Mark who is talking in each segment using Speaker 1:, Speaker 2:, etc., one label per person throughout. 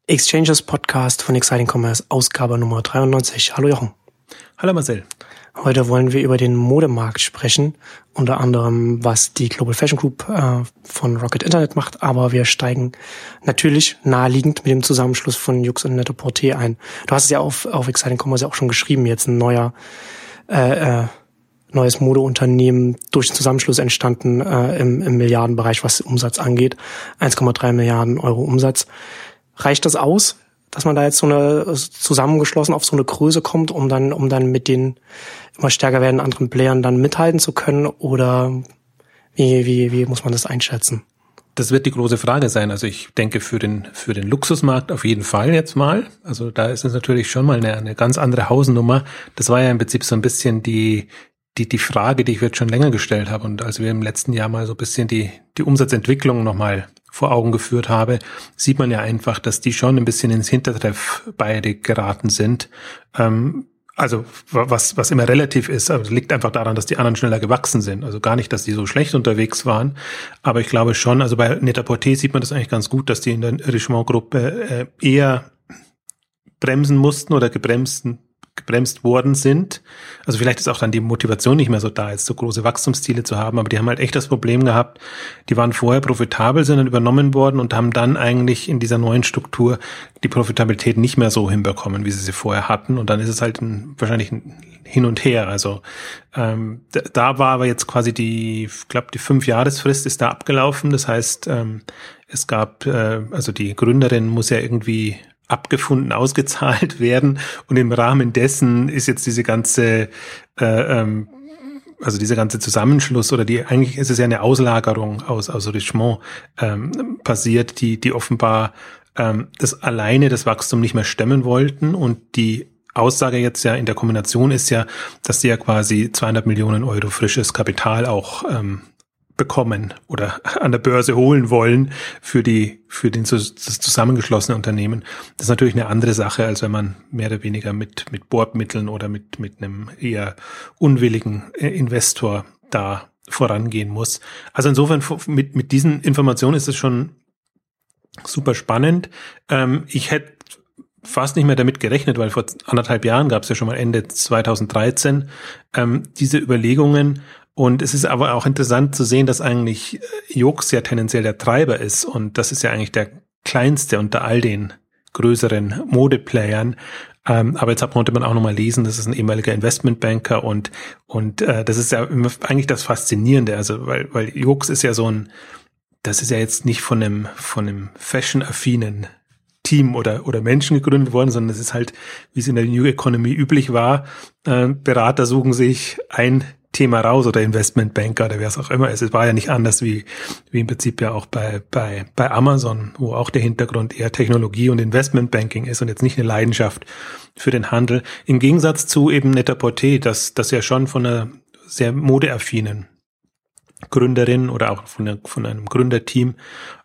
Speaker 1: Exchanges Podcast von Exciting Commerce, Ausgabe Nummer 93. Hallo Jochen.
Speaker 2: Hallo Marcel.
Speaker 1: Heute wollen wir über den Modemarkt sprechen, unter anderem was die Global Fashion Group von Rocket Internet macht, aber wir steigen natürlich naheliegend mit dem Zusammenschluss von YOOX und Net-a-Porter ein. Du hast es ja auf Exciting Commerce ja auch schon geschrieben, jetzt ein neues Modeunternehmen durch den Zusammenschluss entstanden im Milliardenbereich, was Umsatz angeht, 1,3 Milliarden Euro Umsatz. Reicht das aus, dass man da jetzt zusammengeschlossen auf so eine Größe kommt, um dann mit den immer stärker werdenden anderen Playern dann mithalten zu können? Oder wie muss man das einschätzen?
Speaker 2: Das wird die große Frage sein. Also ich denke für den Luxusmarkt auf jeden Fall jetzt mal. Also da ist es natürlich schon mal eine ganz andere Hausnummer. Das war ja im Prinzip so ein bisschen die Frage, die ich jetzt schon länger gestellt habe. Und als wir im letzten Jahr mal so ein bisschen die Umsatzentwicklung nochmal vor Augen geführt habe, sieht man ja einfach, dass die schon ein bisschen ins Hintertreff beide geraten sind. Also was immer relativ ist, aber es liegt einfach daran, dass die anderen schneller gewachsen sind. Also gar nicht, dass die so schlecht unterwegs waren, aber ich glaube schon, also bei Net-a-Porter sieht man das eigentlich ganz gut, dass die in der Richemont-Gruppe eher bremsen mussten oder gebremst worden sind. Also vielleicht ist auch dann die Motivation nicht mehr so da, jetzt so große Wachstumsziele zu haben, aber die haben halt echt das Problem gehabt, die waren vorher profitabel, sind dann übernommen worden und haben dann eigentlich in dieser neuen Struktur die Profitabilität nicht mehr so hinbekommen, wie sie vorher hatten, und dann ist es halt wahrscheinlich ein Hin und Her. Also da war aber jetzt quasi die 5-Jahresfrist ist da abgelaufen, das heißt, es gab, also die Gründerin muss ja irgendwie abgefunden, ausgezahlt werden, und im Rahmen dessen ist jetzt dieser ganze Zusammenschluss, oder eigentlich ist es ja eine Auslagerung aus Richemont passiert, die offenbar das Wachstum nicht mehr stemmen wollten, und die Aussage jetzt ja in der Kombination ist ja, dass sie ja quasi 200 Millionen Euro frisches Kapital auch bekommen oder an der Börse holen wollen für das zusammengeschlossene Unternehmen. Das ist natürlich eine andere Sache, als wenn man mehr oder weniger mit Bordmitteln oder mit einem eher unwilligen Investor da vorangehen muss. Also insofern mit diesen Informationen ist es schon super spannend. Ich hätte fast nicht mehr damit gerechnet, weil vor 1,5 Jahren gab es ja schon mal Ende 2013 diese Überlegungen. Und es ist aber auch interessant zu sehen, dass eigentlich YOOX ja tendenziell der Treiber ist, und das ist ja eigentlich der kleinste unter all den größeren Modeplayern. Aber jetzt konnte man auch nochmal lesen, das ist ein ehemaliger Investmentbanker, und das ist ja immer eigentlich das Faszinierende, also weil YOOX ist ja das ist ja jetzt nicht von einem Fashion-affinen Team oder Menschen gegründet worden, sondern es ist halt, wie es in der New Economy üblich war, Berater suchen sich ein Thema raus oder Investmentbanker oder wer es auch immer ist. Es war ja nicht anders wie im Prinzip ja auch bei Amazon, wo auch der Hintergrund eher Technologie und Investmentbanking ist und jetzt nicht eine Leidenschaft für den Handel. Im Gegensatz zu eben Net-a-Porter, das ja schon von einer sehr modeaffinen Gründerin oder auch von einem Gründerteam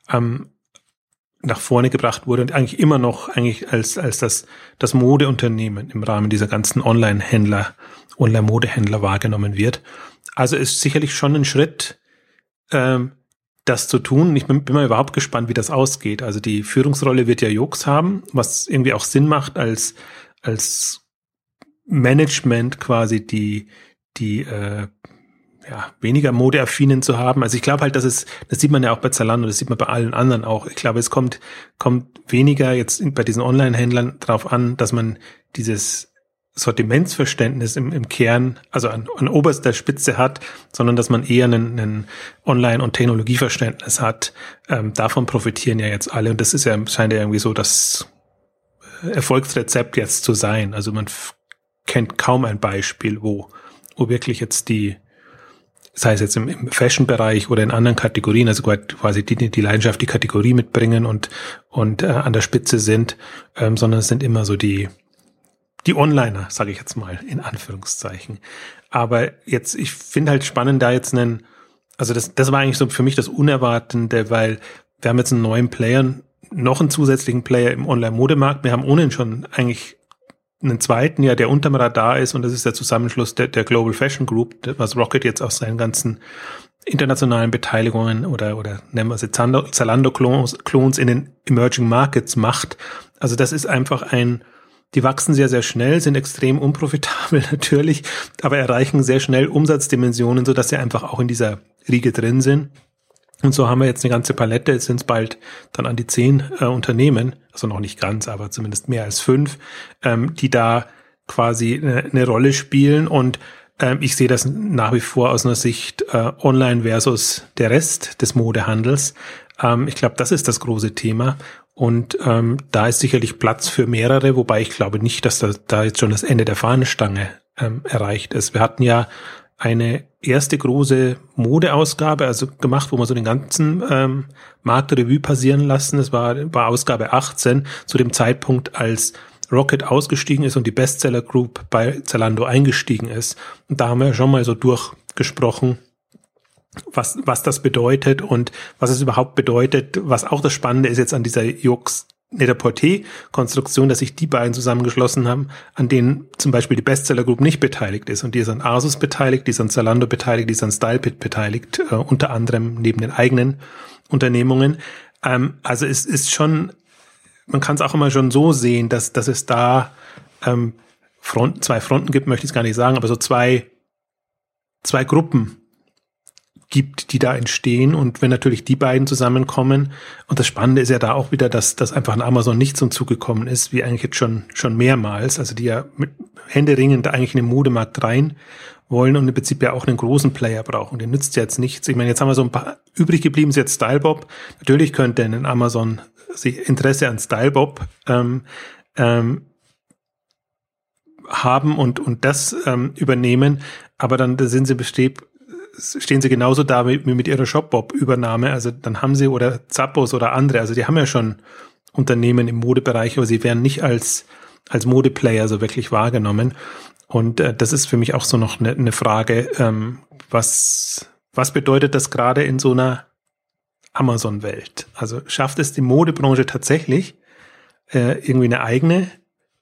Speaker 2: nach vorne gebracht wurde und eigentlich immer noch als das Modeunternehmen im Rahmen dieser ganzen Online-Modehändler wahrgenommen wird. Also ist sicherlich schon ein Schritt, das zu tun. Ich bin mal überhaupt gespannt, wie das ausgeht. Also die Führungsrolle wird ja YOOX haben, was irgendwie auch Sinn macht als Management quasi die weniger modeaffinen zu haben. Also ich glaube halt, das sieht man ja auch bei Zalando, das sieht man bei allen anderen auch. Ich glaube, es kommt weniger jetzt bei diesen Online-Händlern drauf an, dass man dieses Sortimentsverständnis im Kern, also an oberster Spitze hat, sondern dass man eher einen Online- und Technologieverständnis hat. Davon profitieren ja jetzt alle, und das scheint ja irgendwie so das Erfolgsrezept jetzt zu sein. Also man kennt kaum ein Beispiel, wo wirklich jetzt sei es jetzt im Fashion-Bereich oder in anderen Kategorien, also quasi die Leidenschaft, die Kategorie mitbringen und an der Spitze sind, sondern es sind immer so die Onliner, sage ich jetzt mal, in Anführungszeichen. Aber jetzt, ich finde halt spannend, da jetzt also das war eigentlich so für mich das Unerwartende, weil wir haben jetzt einen neuen Player, noch einen zusätzlichen Player im Online-Modemarkt. Wir haben ohnehin schon eigentlich einen zweiten, ja, der unterm Radar ist, und das ist der Zusammenschluss der Global Fashion Group, was Rocket jetzt aus seinen ganzen internationalen Beteiligungen oder nennen wir sie Zalando-Klons in den Emerging Markets macht. Also das ist einfach die wachsen sehr, sehr schnell, sind extrem unprofitabel natürlich, aber erreichen sehr schnell Umsatzdimensionen, sodass sie einfach auch in dieser Riege drin sind. Und so haben wir jetzt eine ganze Palette, jetzt sind es bald dann an die 10 Unternehmen, also noch nicht ganz, aber zumindest mehr als 5, die da quasi eine Rolle spielen. Und ich sehe das nach wie vor aus einer Sicht online versus der Rest des Modehandels. Ich glaube, das ist das große Thema. Und da ist sicherlich Platz für mehrere, wobei ich glaube nicht, dass da jetzt schon das Ende der Fahnenstange erreicht ist. Wir hatten ja eine erste große Modeausgabe, also gemacht, wo wir so den ganzen Marktrevue passieren lassen. Das war Ausgabe 18, zu dem Zeitpunkt, als Rocket ausgestiegen ist und die Bestseller Group bei Zalando eingestiegen ist. Und da haben wir schon mal so durchgesprochen, was das bedeutet und was es überhaupt bedeutet. Was auch das Spannende ist jetzt an dieser Yoox Net-a-Porter-Konstruktion, dass sich die beiden zusammengeschlossen haben, an denen zum Beispiel die Bestseller Group nicht beteiligt ist. Und die ist an Asus beteiligt, die ist an Zalando beteiligt, die ist an Stylepit beteiligt, unter anderem neben den eigenen Unternehmungen. Also es ist schon, man kann es auch immer schon so sehen, dass es da zwei Fronten gibt, möchte ich es gar nicht sagen, aber so zwei Gruppen gibt, die da entstehen. Und wenn natürlich die beiden zusammenkommen, und das Spannende ist ja da auch wieder, dass einfach an Amazon nicht zum Zug gekommen ist, wie eigentlich jetzt schon mehrmals, also die ja mit händeringend eigentlich in den Modemarkt rein wollen und im Prinzip ja auch einen großen Player brauchen. Den nützt jetzt nichts. Ich meine, jetzt haben wir so ein paar, übrig geblieben ist jetzt Stylebob. Natürlich könnte ein Amazon sich Interesse an Stylebob haben und das übernehmen, aber dann da stehen sie genauso da wie mit ihrer Shopbob-Übernahme. Also dann haben sie, oder Zappos oder andere, also die haben ja schon Unternehmen im Modebereich, aber sie werden nicht als Modeplayer so wirklich wahrgenommen. Und das ist für mich auch so noch eine Frage, was bedeutet das gerade in so einer Amazon-Welt? Also schafft es die Modebranche tatsächlich, irgendwie eine eigene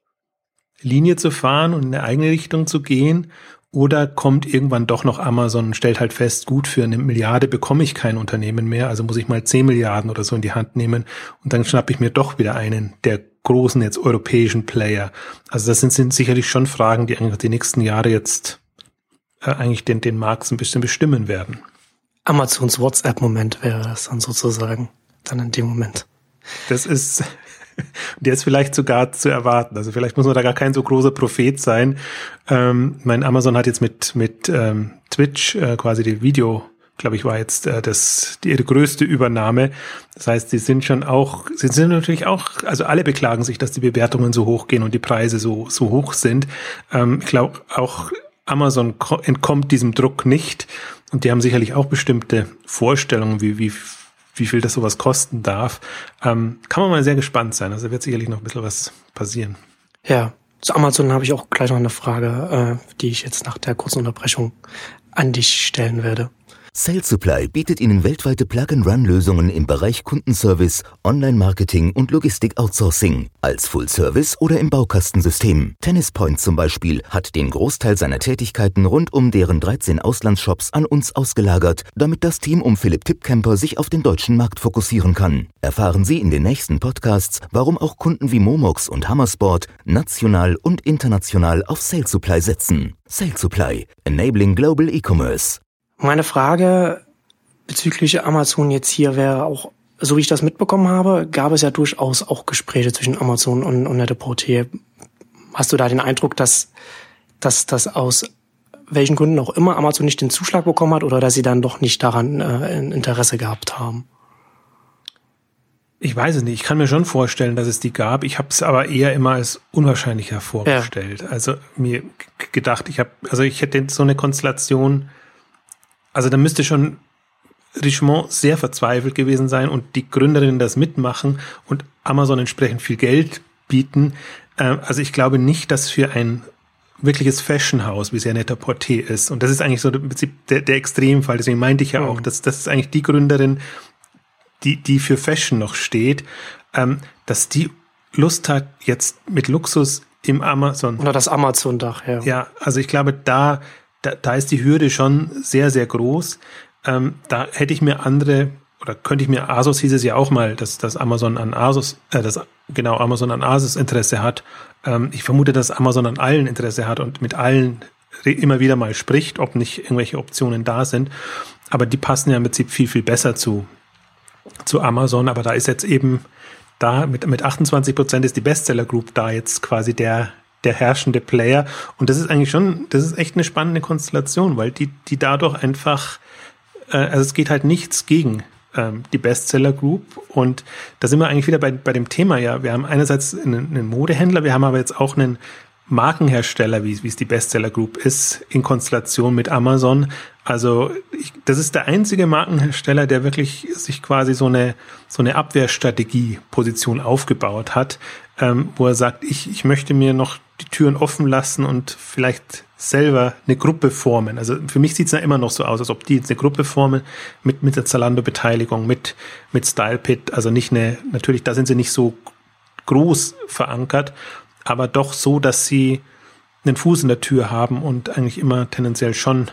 Speaker 2: Linie zu fahren und in eine eigene Richtung zu gehen? Oder kommt irgendwann doch noch Amazon und stellt halt fest, gut, für 1 Milliarde bekomme ich kein Unternehmen mehr, also muss ich mal 10 Milliarden oder so in die Hand nehmen und dann schnappe ich mir doch wieder einen der großen jetzt europäischen Player. Also das sind sicherlich schon Fragen, die eigentlich die nächsten Jahre jetzt eigentlich den Markt so ein bisschen bestimmen werden.
Speaker 1: Amazons WhatsApp-Moment wäre das dann sozusagen, dann in dem Moment.
Speaker 2: Das ist jetzt vielleicht sogar zu erwarten. Also vielleicht muss man da gar kein so großer Prophet sein. Mein Amazon hat jetzt mit Twitch quasi die Video, glaube ich, war jetzt ihre größte Übernahme. Das heißt, sie sind natürlich auch, also alle beklagen sich, dass die Bewertungen so hoch gehen und die Preise so hoch sind. Ich glaube, auch Amazon entkommt diesem Druck nicht. Und die haben sicherlich auch bestimmte Vorstellungen, wie viel das sowas kosten darf. Kann man mal sehr gespannt sein. Also wird sicherlich noch ein bisschen was passieren.
Speaker 1: Ja, zu Amazon habe ich auch gleich noch eine Frage, die ich jetzt nach der kurzen Unterbrechung an dich stellen werde.
Speaker 3: Sales Supply bietet Ihnen weltweite Plug-and-Run-Lösungen im Bereich Kundenservice, Online-Marketing und Logistik-Outsourcing. Als Full-Service oder im Baukastensystem. Tennispoint zum Beispiel hat den Großteil seiner Tätigkeiten rund um deren 13 Auslandsshops an uns ausgelagert, damit das Team um Philipp Tippkemper sich auf den deutschen Markt fokussieren kann. Erfahren Sie in den nächsten Podcasts, warum auch Kunden wie Momox und Hammersport national und international auf Sales Supply setzen. Sales Supply, enabling global e-commerce.
Speaker 1: Meine Frage bezüglich Amazon jetzt hier wäre auch, so wie ich das mitbekommen habe, gab es ja durchaus auch Gespräche zwischen Amazon und Net-a-Porter. Hast du da den Eindruck, dass das aus welchen Gründen auch immer Amazon nicht den Zuschlag bekommen hat oder dass sie dann doch nicht daran Interesse gehabt haben?
Speaker 2: Ich weiß es nicht. Ich kann mir schon vorstellen, dass es die gab. Ich habe es aber eher immer als unwahrscheinlicher vorgestellt. Ja. Also mir gedacht, ich hätte so eine Konstellation. Also da müsste schon Richemont sehr verzweifelt gewesen sein und die Gründerinnen das mitmachen und Amazon entsprechend viel Geld bieten. Also ich glaube nicht, dass für ein wirkliches Fashion-Haus, wie es ja Net-a-Porter ist, und das ist eigentlich so im Prinzip der Extremfall, deswegen meinte ich ja auch, das ist eigentlich die Gründerin, die für Fashion noch steht, dass die Lust hat, jetzt mit Luxus im Amazon.
Speaker 1: Oder das Amazon-Dach, ja.
Speaker 2: Ja, also ich glaube, da ist die Hürde schon sehr, sehr groß. Da hätte ich mir könnte ich mir, Asus hieß es ja auch mal, dass Amazon an Asus, Amazon an Asus Interesse hat. Ich vermute, dass Amazon an allen Interesse hat und mit allen immer wieder mal spricht, ob nicht irgendwelche Optionen da sind. Aber die passen ja im Prinzip viel, viel besser zu Amazon. Aber da ist jetzt eben mit 28% ist die Bestseller Group da jetzt quasi der herrschende Player. Und das ist eigentlich das ist echt eine spannende Konstellation, weil die dadurch einfach, also es geht halt nichts gegen die Bestseller Group. Und da sind wir eigentlich wieder bei dem Thema, ja. Wir haben einerseits einen Modehändler, wir haben aber jetzt auch einen Markenhersteller, wie es die Bestseller Group ist, in Konstellation mit Amazon. Also das ist der einzige Markenhersteller, der wirklich sich quasi so eine Abwehrstrategie-Position aufgebaut hat, wo er sagt, ich möchte mir noch die Türen offen lassen und vielleicht selber eine Gruppe formen. Also für mich sieht es ja immer noch so aus, als ob die jetzt eine Gruppe formen mit der Zalando-Beteiligung, mit StylePit. Also natürlich, da sind sie nicht so groß verankert, aber doch so, dass sie einen Fuß in der Tür haben und eigentlich immer tendenziell schon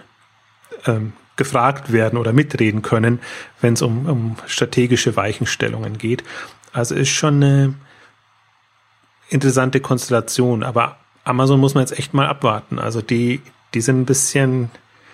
Speaker 2: gefragt werden oder mitreden können, wenn es um strategische Weichenstellungen geht. Also ist schon eine interessante Konstellation, aber Amazon muss man jetzt echt mal abwarten. Also die sind ein bisschen,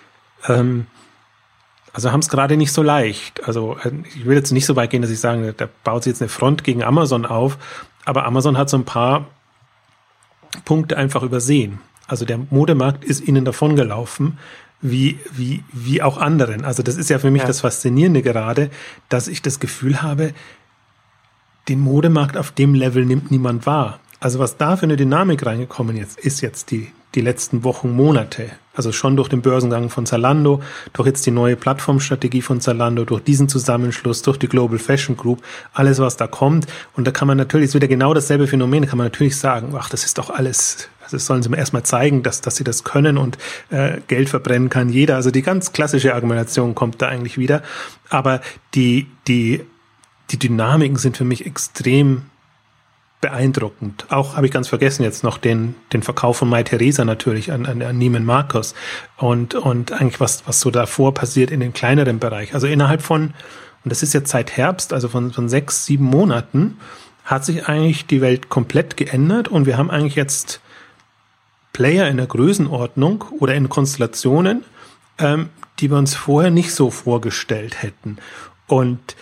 Speaker 2: also haben es gerade nicht so leicht. Also ich will jetzt nicht so weit gehen, dass ich sage, da baut sich jetzt eine Front gegen Amazon auf, aber Amazon hat so ein paar Punkte einfach übersehen. Also der Modemarkt ist ihnen davongelaufen, wie auch anderen. Also das ist ja für mich das Faszinierende gerade, dass ich das Gefühl habe, den Modemarkt auf dem Level nimmt niemand wahr. Also was da für eine Dynamik reingekommen ist jetzt die letzten Wochen, Monate. Also schon durch den Börsengang von Zalando, durch jetzt die neue Plattformstrategie von Zalando, durch diesen Zusammenschluss, durch die Global Fashion Group, alles was da kommt. Und da kann man natürlich, ist wieder genau dasselbe Phänomen, da kann man natürlich sagen, ach, das ist doch alles, das sollen sie mir erstmal zeigen, dass sie das können und Geld verbrennen kann jeder. Also die ganz klassische Argumentation kommt da eigentlich wieder. Aber die Dynamiken sind für mich extrem beeindruckend. Auch habe ich ganz vergessen jetzt noch den Verkauf von Mytheresa natürlich an Neiman Marcus und eigentlich was so davor passiert in dem kleineren Bereich. Also innerhalb von, und das ist jetzt seit Herbst, also von 6-7 Monaten, hat sich eigentlich die Welt komplett geändert und wir haben eigentlich jetzt Player in der Größenordnung oder in Konstellationen, die wir uns vorher nicht so vorgestellt hätten. Und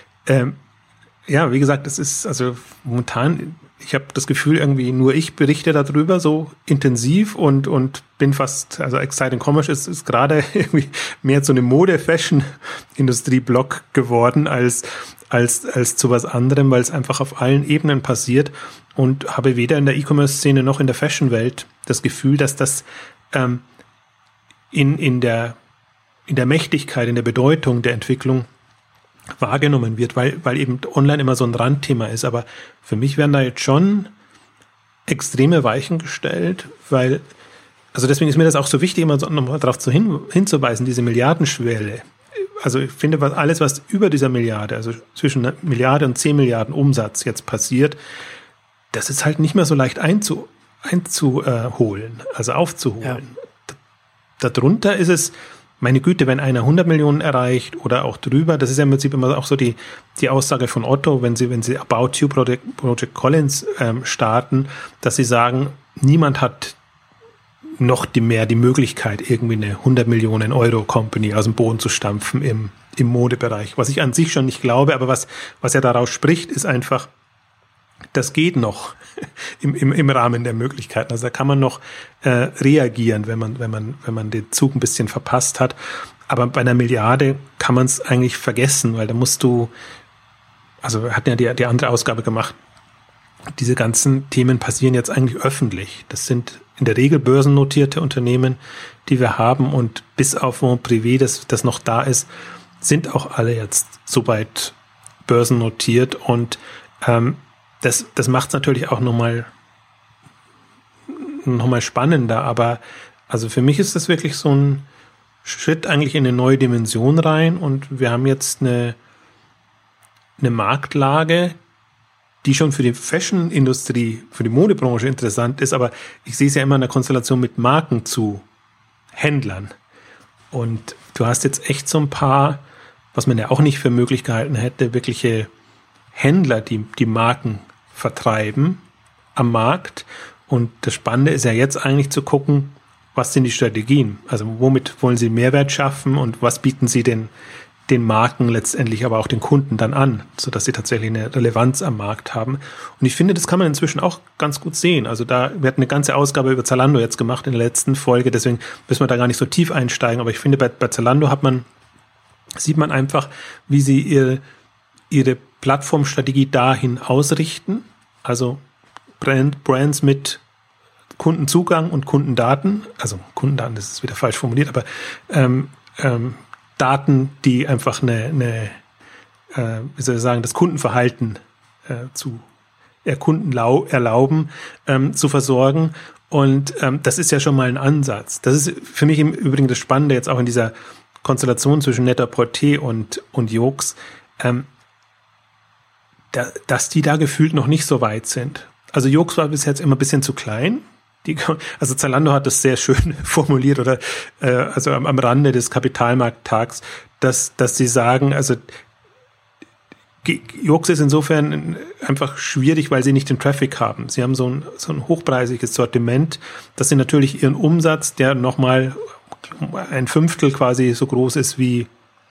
Speaker 2: ja, wie gesagt, es ist also momentan, ich habe das Gefühl, irgendwie nur ich berichte darüber so intensiv und bin fast, also Exciting Commerce ist gerade irgendwie mehr zu einem Mode-Fashion-Industrie-Blog geworden als zu was anderem, weil es einfach auf allen Ebenen passiert und habe weder in der E-Commerce-Szene noch in der Fashion-Welt das Gefühl, dass das in der Mächtigkeit, in der Bedeutung der Entwicklung wahrgenommen wird, weil eben online immer so ein Randthema ist. Aber für mich werden da jetzt schon extreme Weichen gestellt, weil, also deswegen ist mir das auch so wichtig, immer so nochmal darauf hinzuweisen, diese Milliardenschwelle. Also ich finde, alles, was über dieser Milliarde, also zwischen 1 Milliarde und 10 Milliarden Umsatz jetzt passiert, das ist halt nicht mehr so leicht einzuholen, also aufzuholen. Ja. Darunter ist es, meine Güte, wenn einer 100 Millionen erreicht oder auch drüber, das ist ja im Prinzip immer auch so die Aussage von Otto, wenn sie About You Project Collins starten, dass sie sagen, niemand hat noch die Möglichkeit, irgendwie eine 100 Millionen Euro Company aus dem Boden zu stampfen im Modebereich. Was ich an sich schon nicht glaube, aber was ja daraus spricht, ist einfach, das geht noch im Rahmen der Möglichkeiten. Also da kann man noch reagieren, wenn man den Zug ein bisschen verpasst hat. Aber bei 1 Milliarde kann man es eigentlich vergessen, weil da musst du, also wir hatten ja die andere Ausgabe gemacht, diese ganzen Themen passieren jetzt eigentlich öffentlich. Das sind in der Regel börsennotierte Unternehmen, die wir haben und bis auf Mon Privé, das noch da ist, sind auch alle jetzt soweit börsennotiert und das macht es natürlich auch nochmal spannender, aber also für mich ist das wirklich so ein Schritt eigentlich in eine neue Dimension rein und wir haben jetzt eine Marktlage, die schon für die Fashion-Industrie, für die Modebranche interessant ist, aber ich sehe es ja immer in der Konstellation mit Marken zu Händlern. Und du hast jetzt echt so ein paar, was man ja auch nicht für möglich gehalten hätte, wirkliche Händler, die Marken vertreiben am Markt. Und das Spannende ist ja jetzt eigentlich zu gucken, was sind die Strategien? Also womit wollen sie Mehrwert schaffen und was bieten sie den Marken letztendlich, aber auch den Kunden dann an, sodass sie tatsächlich eine Relevanz am Markt haben. Und ich finde, das kann man inzwischen auch ganz gut sehen. Also wir hatten eine ganze Ausgabe über Zalando jetzt gemacht in der letzten Folge, deswegen müssen wir da gar nicht so tief einsteigen. Aber ich finde, bei Zalando sieht man einfach, wie sie ihre Plattformstrategie dahin ausrichten. Also Brands mit Kundenzugang und Kundendaten, also Kundendaten, das ist wieder falsch formuliert, aber Daten, die einfach wie soll ich sagen, das Kundenverhalten zu erlauben, zu versorgen. Und das ist ja schon mal ein Ansatz. Das ist für mich im Übrigen das Spannende jetzt auch in dieser Konstellation zwischen Net-a-Porter und Yoox, dass die da gefühlt noch nicht so weit sind. Also Yoox war bis jetzt immer ein bisschen zu klein. Also Zalando hat das sehr schön formuliert oder also am Rande des Kapitalmarkttags, dass sie sagen, also Yoox ist insofern einfach schwierig, weil sie nicht den Traffic haben. Sie haben so ein hochpreisiges Sortiment, dass sie natürlich ihren Umsatz, der nochmal ein Fünftel quasi so groß ist wie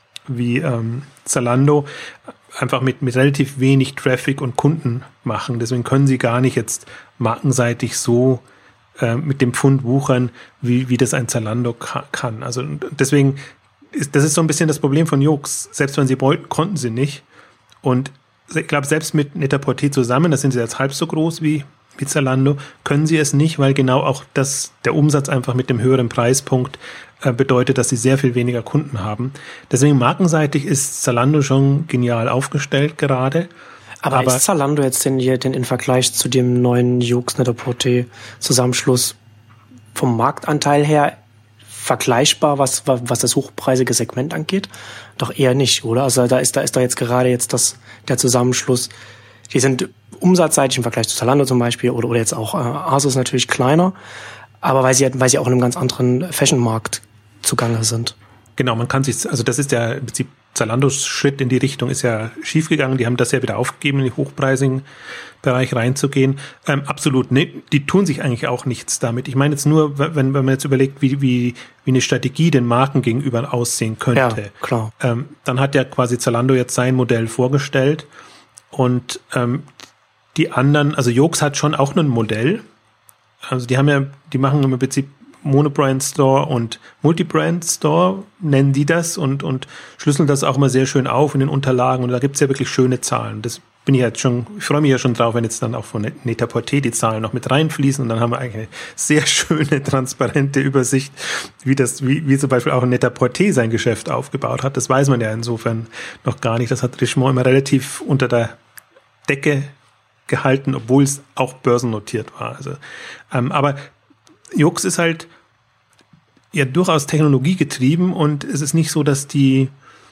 Speaker 2: Zalando, einfach mit relativ wenig Traffic und Kunden machen. Deswegen können sie gar nicht jetzt markenseitig so mit dem Pfund wuchern, wie das ein Zalando kann. Also deswegen das ist so ein bisschen das Problem von Yoox. Selbst wenn sie wollten, konnten sie nicht. Und ich glaube, selbst mit Net-a-Porter zusammen, das sind sie jetzt halb so groß wie Zalando, können sie es nicht, weil genau auch der Umsatz einfach mit dem höheren Preispunkt bedeutet, dass sie sehr viel weniger Kunden haben. Deswegen markenseitig ist Zalando schon genial aufgestellt gerade.
Speaker 1: Aber ist Zalando jetzt denn in Vergleich zu dem neuen Yoox Net-a-Porter Zusammenschluss vom Marktanteil her vergleichbar, was das hochpreisige Segment angeht? Doch eher nicht, oder? Also da ist da jetzt gerade der Zusammenschluss. Die sind umsatzseitig im Vergleich zu Zalando zum Beispiel oder jetzt auch ASOS natürlich kleiner, aber weil sie auch in einem ganz anderen Fashion-Markt zugange sind.
Speaker 2: Genau, also das ist ja im Prinzip Zalandos Schritt in die Richtung ist ja schiefgegangen. Die haben das ja wieder aufgegeben, in den hochpreisigen Bereich reinzugehen. Absolut, ne, die tun sich eigentlich auch nichts damit. Ich meine jetzt nur, wenn man jetzt überlegt, wie eine Strategie den Marken gegenüber aussehen könnte.
Speaker 1: Ja, klar.
Speaker 2: Dann hat ja quasi Zalando jetzt sein Modell vorgestellt und die anderen, also Yoox hat schon auch ein Modell. Also die machen im Prinzip Monobrand Store und Multibrand Store, nennen die das und schlüsseln das auch immer sehr schön auf in den Unterlagen und da gibt's ja wirklich schöne Zahlen. Ich freue mich ja schon drauf, wenn jetzt dann auch von Net-a-Porter die Zahlen noch mit reinfließen und dann haben wir eigentlich eine sehr schöne, transparente Übersicht, wie zum Beispiel auch Net-a-Porter sein Geschäft aufgebaut hat. Das weiß man ja insofern noch gar nicht. Das hat Richemont immer relativ unter der Decke gehalten, obwohl es auch börsennotiert war. Also, aber Yoox ist halt ja durchaus technologiegetrieben und es ist nicht so, dass die,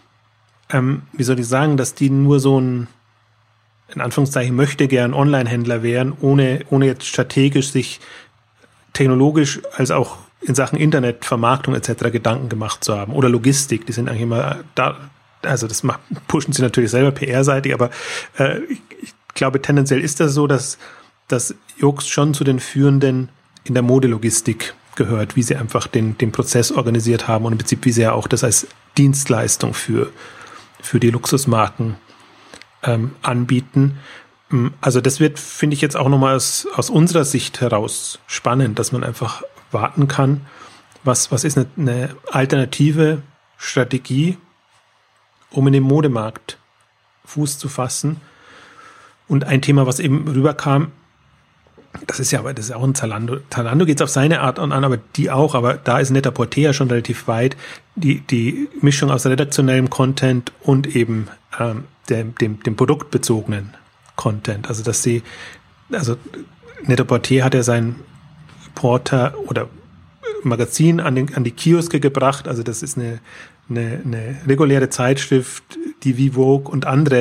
Speaker 2: dass die nur so ein, in Anführungszeichen, möchte gern Online-Händler wären, ohne jetzt strategisch sich technologisch als auch in Sachen Internetvermarktung etc. Gedanken gemacht zu haben. Oder Logistik, die sind eigentlich immer da, also pushen sie natürlich selber PR-seitig, aber ich glaube, tendenziell ist das so, dass Yoox schon zu den führenden in der Modelogistik gehört, wie sie einfach den Prozess organisiert haben und im Prinzip, wie sie ja auch das als Dienstleistung für die Luxusmarken anbieten. Also das wird, finde ich, jetzt auch nochmal aus unserer Sicht heraus spannend, dass man einfach warten kann, was ist eine alternative Strategie, um in den Modemarkt Fuß zu fassen. Und ein Thema, was eben rüberkam, das ist auch ein Zalando. Zalando geht es auf seine Art an, aber die auch, aber da ist Net-a-Porter ja schon relativ weit. Die Mischung aus redaktionellem Content und eben dem produktbezogenen Content. Also Net-a-Porter hat ja sein Porter oder Magazin an die Kioske gebracht. Also das ist eine reguläre Zeitschrift, die wie Vogue und andere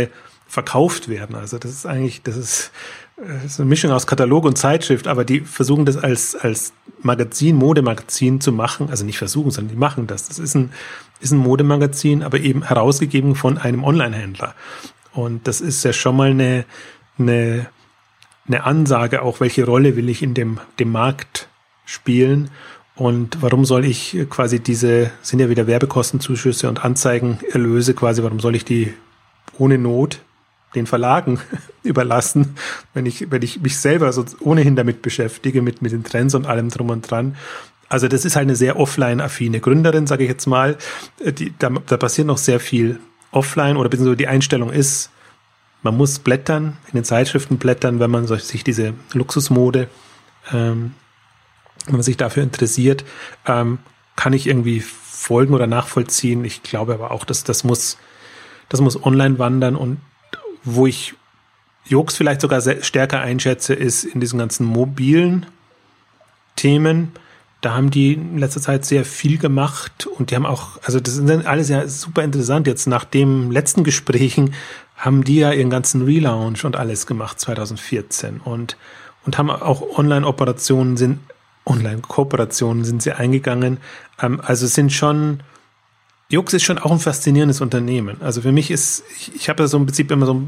Speaker 2: verkauft werden. Also das ist eine Mischung aus Katalog und Zeitschrift, aber die versuchen das als Magazin, Modemagazin zu machen. Also nicht versuchen, sondern die machen das. Das ist ein Modemagazin, aber eben herausgegeben von einem Online-Händler. Und das ist ja schon mal eine Ansage auch, welche Rolle will ich in dem Markt spielen und warum soll ich quasi sind ja wieder Werbekostenzuschüsse und Anzeigenerlöse quasi, warum soll ich die ohne Not den Verlagen überlassen, wenn ich mich selber so ohnehin damit beschäftige, mit den Trends und allem drum und dran. Also das ist halt eine sehr offline-affine Gründerin, sage ich jetzt mal. Da passiert noch sehr viel offline oder beziehungsweise die Einstellung ist, man muss blättern, in den Zeitschriften blättern, wenn man sich diese Luxusmode, wenn man sich dafür interessiert, kann ich irgendwie folgen oder nachvollziehen. Ich glaube aber auch, dass das muss online wandern und wo ich Joox vielleicht sogar stärker einschätze, ist in diesen ganzen mobilen Themen. Da haben die in letzter Zeit sehr viel gemacht und die haben auch, also das sind alles ja super interessant. Jetzt nach den letzten Gesprächen haben die ja ihren ganzen Relaunch und alles gemacht 2014 und haben auch Online-Kooperationen sind sie eingegangen. Also Joox ist schon auch ein faszinierendes Unternehmen. Also für mich ich habe ja so im Prinzip immer so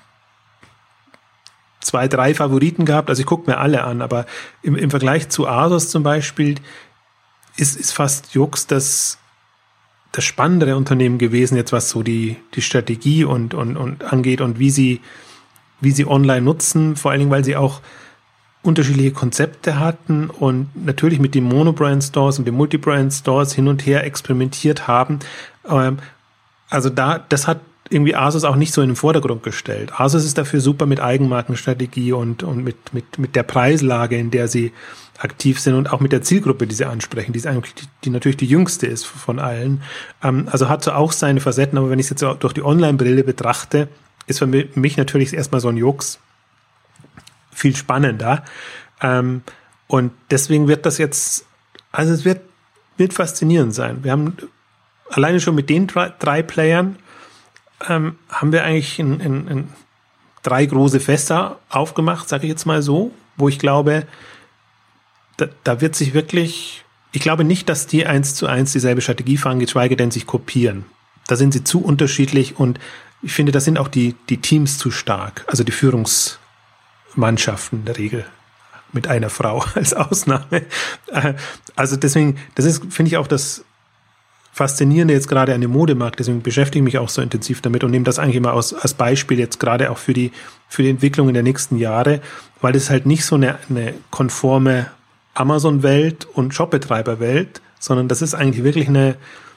Speaker 2: 2, 3 Favoriten gehabt. Also ich gucke mir alle an, aber im Vergleich zu ASOS zum Beispiel ist fast Joox das spannendere Unternehmen gewesen, jetzt was so die Strategie und angeht und wie sie online nutzen, vor allen Dingen, weil sie auch unterschiedliche Konzepte hatten und natürlich mit den Monobrand-Stores und den Multibrand-Stores hin und her experimentiert haben. Also das hat irgendwie ASOS auch nicht so in den Vordergrund gestellt. ASOS ist dafür super mit Eigenmarkenstrategie und mit der Preislage, in der sie aktiv sind und auch mit der Zielgruppe, die sie ansprechen, die ist eigentlich die natürlich die jüngste ist von allen. Also hat so auch seine Facetten, aber wenn ich es jetzt auch durch die Online-Brille betrachte, ist für mich natürlich erstmal so ein Joox viel spannender. Und deswegen wird das jetzt, also es wird faszinierend sein. Wir haben alleine schon mit den 3 Playern haben wir eigentlich in 3 große Fässer aufgemacht, sage ich jetzt mal so, wo ich glaube, da wird sich wirklich, ich glaube nicht, dass die 1:1 dieselbe Strategie fahren, geschweige denn sich kopieren. Da sind sie zu unterschiedlich und ich finde, da sind auch die Teams zu stark, also die Führungsmannschaften in der Regel mit einer Frau als Ausnahme. Also deswegen, das ist, finde ich, auch das Faszinierende jetzt gerade an dem Modemarkt, deswegen beschäftige ich mich auch so intensiv damit und nehme das eigentlich immer als Beispiel jetzt gerade auch für die Entwicklung in der nächsten Jahre, weil das halt nicht so eine konforme Amazon-Welt und Shopbetreiber-Welt, sondern das ist eigentlich wirklich eine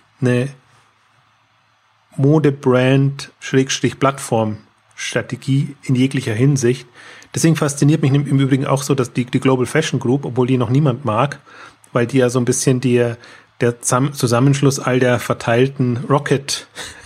Speaker 2: Mode-Brand-Plattform-Strategie in jeglicher Hinsicht. Deswegen fasziniert mich im Übrigen auch so, dass die Global Fashion Group, obwohl die noch niemand mag, weil die ja so ein bisschen der Zusammenschluss all der verteilten Rocket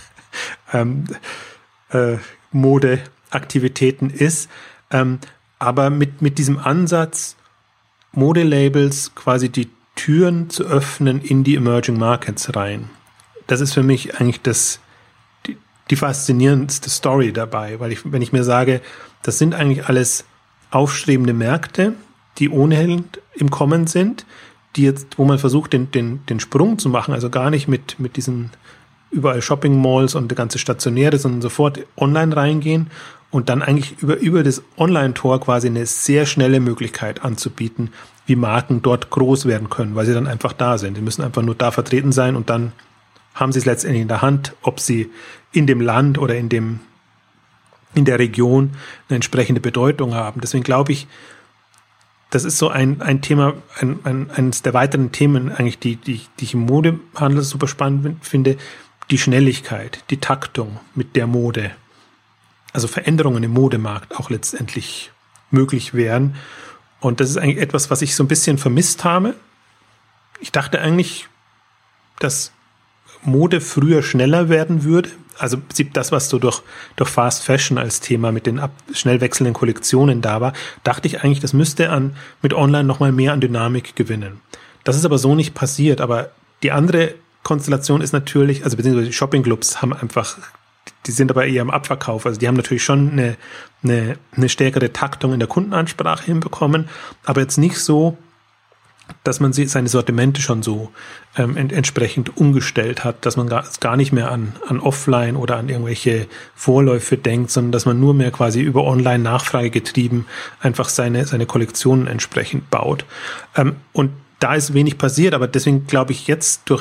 Speaker 2: Mode-Aktivitäten ist, aber mit diesem Ansatz, Modelabels quasi die Türen zu öffnen in die Emerging Markets rein. Das ist für mich eigentlich die faszinierendste Story dabei, weil wenn ich mir sage, das sind eigentlich alles aufstrebende Märkte, die ohnehin im Kommen sind, die jetzt, wo man versucht, den Sprung zu machen, also gar nicht mit diesen überall Shopping-Malls und der ganze Stationäre, sondern sofort online reingehen und dann eigentlich über das Online-Tor quasi eine sehr schnelle Möglichkeit anzubieten, wie Marken dort groß werden können, weil sie dann einfach da sind. Die müssen einfach nur da vertreten sein und dann haben sie es letztendlich in der Hand, ob sie in dem Land oder in der Region eine entsprechende Bedeutung haben. Deswegen glaube ich, das ist so ein Thema, eines der weiteren Themen eigentlich, die ich im Modehandel super spannend finde, die Schnelligkeit, die Taktung mit der Mode. Also Veränderungen im Modemarkt auch letztendlich möglich wären. Und das ist eigentlich etwas, was ich so ein bisschen vermisst habe. Ich dachte eigentlich, dass Mode früher schneller werden würde. Also das, was so durch Fast Fashion als Thema mit den schnell wechselnden Kollektionen da war, dachte ich eigentlich, das müsste mit Online nochmal mehr an Dynamik gewinnen. Das ist aber so nicht passiert. Aber die andere Konstellation ist natürlich, also beziehungsweise die Shoppingclubs haben einfach die sind aber eher im Abverkauf. Also die haben natürlich schon eine stärkere Taktung in der Kundenansprache hinbekommen, aber jetzt nicht so, dass man seine Sortimente schon so entsprechend umgestellt hat, dass man gar nicht mehr an Offline oder an irgendwelche Vorläufe denkt, sondern dass man nur mehr quasi über Online-Nachfrage getrieben einfach seine Kollektionen entsprechend baut. Und da ist wenig passiert, aber deswegen glaube ich jetzt durch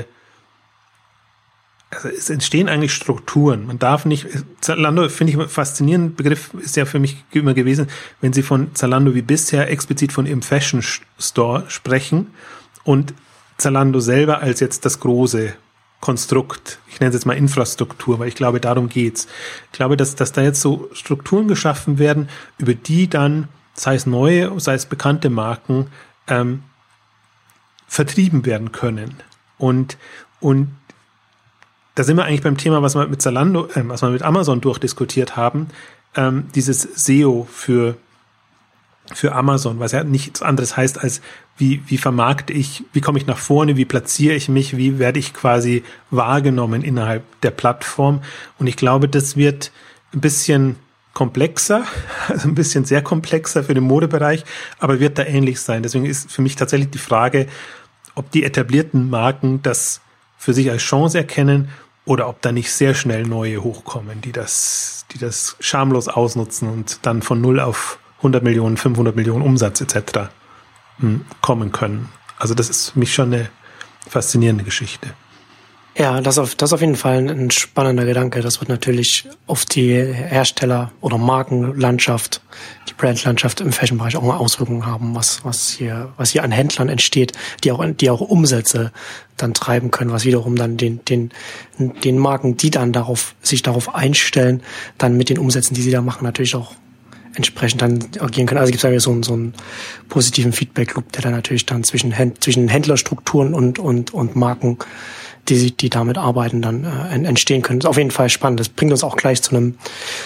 Speaker 2: also es entstehen eigentlich Strukturen. Man darf nicht, Zalando finde ich ein faszinierender Begriff, ist ja für mich immer gewesen, wenn Sie von Zalando wie bisher explizit von Ihrem Fashion Store sprechen und Zalando selber als jetzt das große Konstrukt, ich nenne es jetzt mal Infrastruktur, weil ich glaube, darum geht's. Ich glaube, dass da jetzt so Strukturen geschaffen werden, über die dann, sei es neue, sei es bekannte Marken, vertrieben werden können. Und da sind wir eigentlich beim Thema, was wir mit Zalando, was wir mit Amazon durchdiskutiert haben, dieses SEO für Amazon, was ja nichts anderes heißt als wie vermarkte ich, wie komme ich nach vorne, wie platziere ich mich, wie werde ich quasi wahrgenommen innerhalb der Plattform. Und ich glaube, das wird ein bisschen komplexer, also ein bisschen sehr komplexer für den Modebereich, aber wird da ähnlich sein. Deswegen ist für mich tatsächlich die Frage, ob die etablierten Marken das für sich als Chance erkennen oder ob da nicht sehr schnell neue hochkommen, die das schamlos ausnutzen und dann von 0 auf 100 Millionen, 500 Millionen Umsatz etc. kommen können. Also das ist für mich schon eine faszinierende Geschichte.
Speaker 1: Ja, das auf jeden Fall ein spannender Gedanke. Das wird natürlich auf die Hersteller- oder Markenlandschaft, die Brandlandschaft im Fashion-Bereich auch mal Auswirkungen haben, was hier an Händlern entsteht, die auch Umsätze dann treiben können, was wiederum dann den Marken, die dann sich darauf einstellen, dann mit den Umsätzen, die sie da machen, natürlich auch entsprechend dann agieren können. Also gibt es so einen positiven Feedback-Loop, der dann natürlich dann zwischen Händlerstrukturen und Marken, die damit arbeiten, dann entstehen können. Das ist auf jeden Fall spannend. Das bringt uns auch gleich zu einem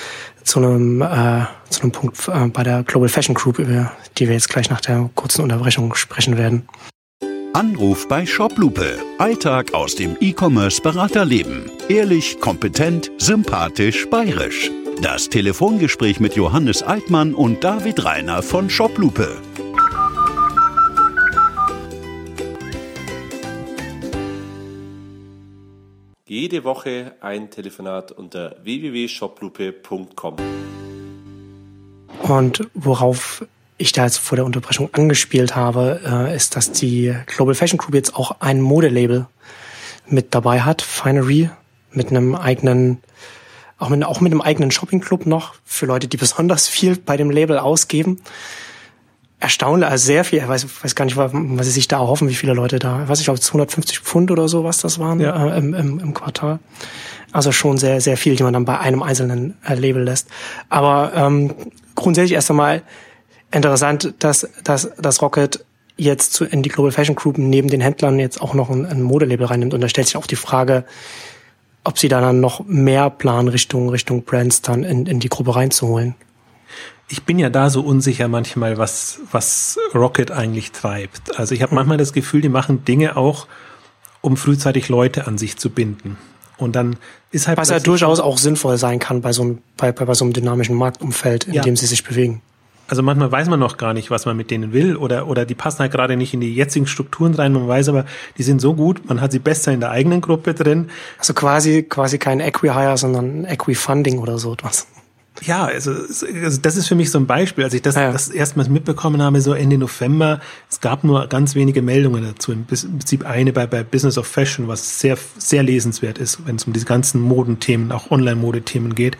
Speaker 1: Punkt bei der Global Fashion Group, über die wir jetzt gleich nach der kurzen Unterbrechung sprechen werden.
Speaker 4: Anruf bei Shoplupe. Alltag aus dem E-Commerce-Beraterleben. Ehrlich, kompetent, sympathisch, bayerisch. Das Telefongespräch mit Johannes Altmann und David Reiner von Shoplupe.
Speaker 5: Jede Woche ein Telefonat unter www.shoplupe.com.
Speaker 1: Und worauf ich da jetzt vor der Unterbrechung angespielt habe, ist, dass die Global Fashion Group jetzt auch ein Modelabel mit dabei hat, Finery, mit einem eigenen, auch mit einem eigenen Shopping-Club noch, für Leute, die besonders viel bei dem Label ausgeben. Erstaunlich, also sehr viel, ich weiß gar nicht, was sie sich da erhoffen, wie viele Leute da, ich weiß nicht, ob es 150 Pfund oder so, was das waren, ja. im Quartal. Also schon sehr, sehr viel, die man dann bei einem einzelnen Label lässt. Aber grundsätzlich erst einmal interessant, dass Rocket jetzt in die Global Fashion Group neben den Händlern jetzt auch noch ein Modelabel reinnimmt. Und da stellt sich auch die Frage, ob sie da dann noch mehr planen, Richtung Brands dann in die Gruppe reinzuholen.
Speaker 2: Ich bin ja da so unsicher manchmal, was Rocket eigentlich treibt. Also ich habe manchmal das Gefühl, die machen Dinge auch, um frühzeitig Leute an sich zu binden. Und dann ist halt...
Speaker 1: Was ja durchaus auch sinnvoll sein kann bei so einem dynamischen Marktumfeld, in dem sie sich bewegen.
Speaker 2: Also manchmal weiß man noch gar nicht, was man mit denen will oder die passen halt gerade nicht in die jetzigen Strukturen rein. Man weiß aber, die sind so gut, man hat sie besser in der eigenen Gruppe drin.
Speaker 1: Also quasi kein Equi-Hire, sondern Equi-Funding oder so etwas.
Speaker 2: Ja, also das ist für mich so ein Beispiel. Als ich das erstmals mitbekommen habe, so Ende November, es gab nur ganz wenige Meldungen dazu. Im Prinzip eine bei Business of Fashion, was sehr, sehr lesenswert ist, wenn es um diese ganzen Modenthemen, auch Online-Modethemen geht.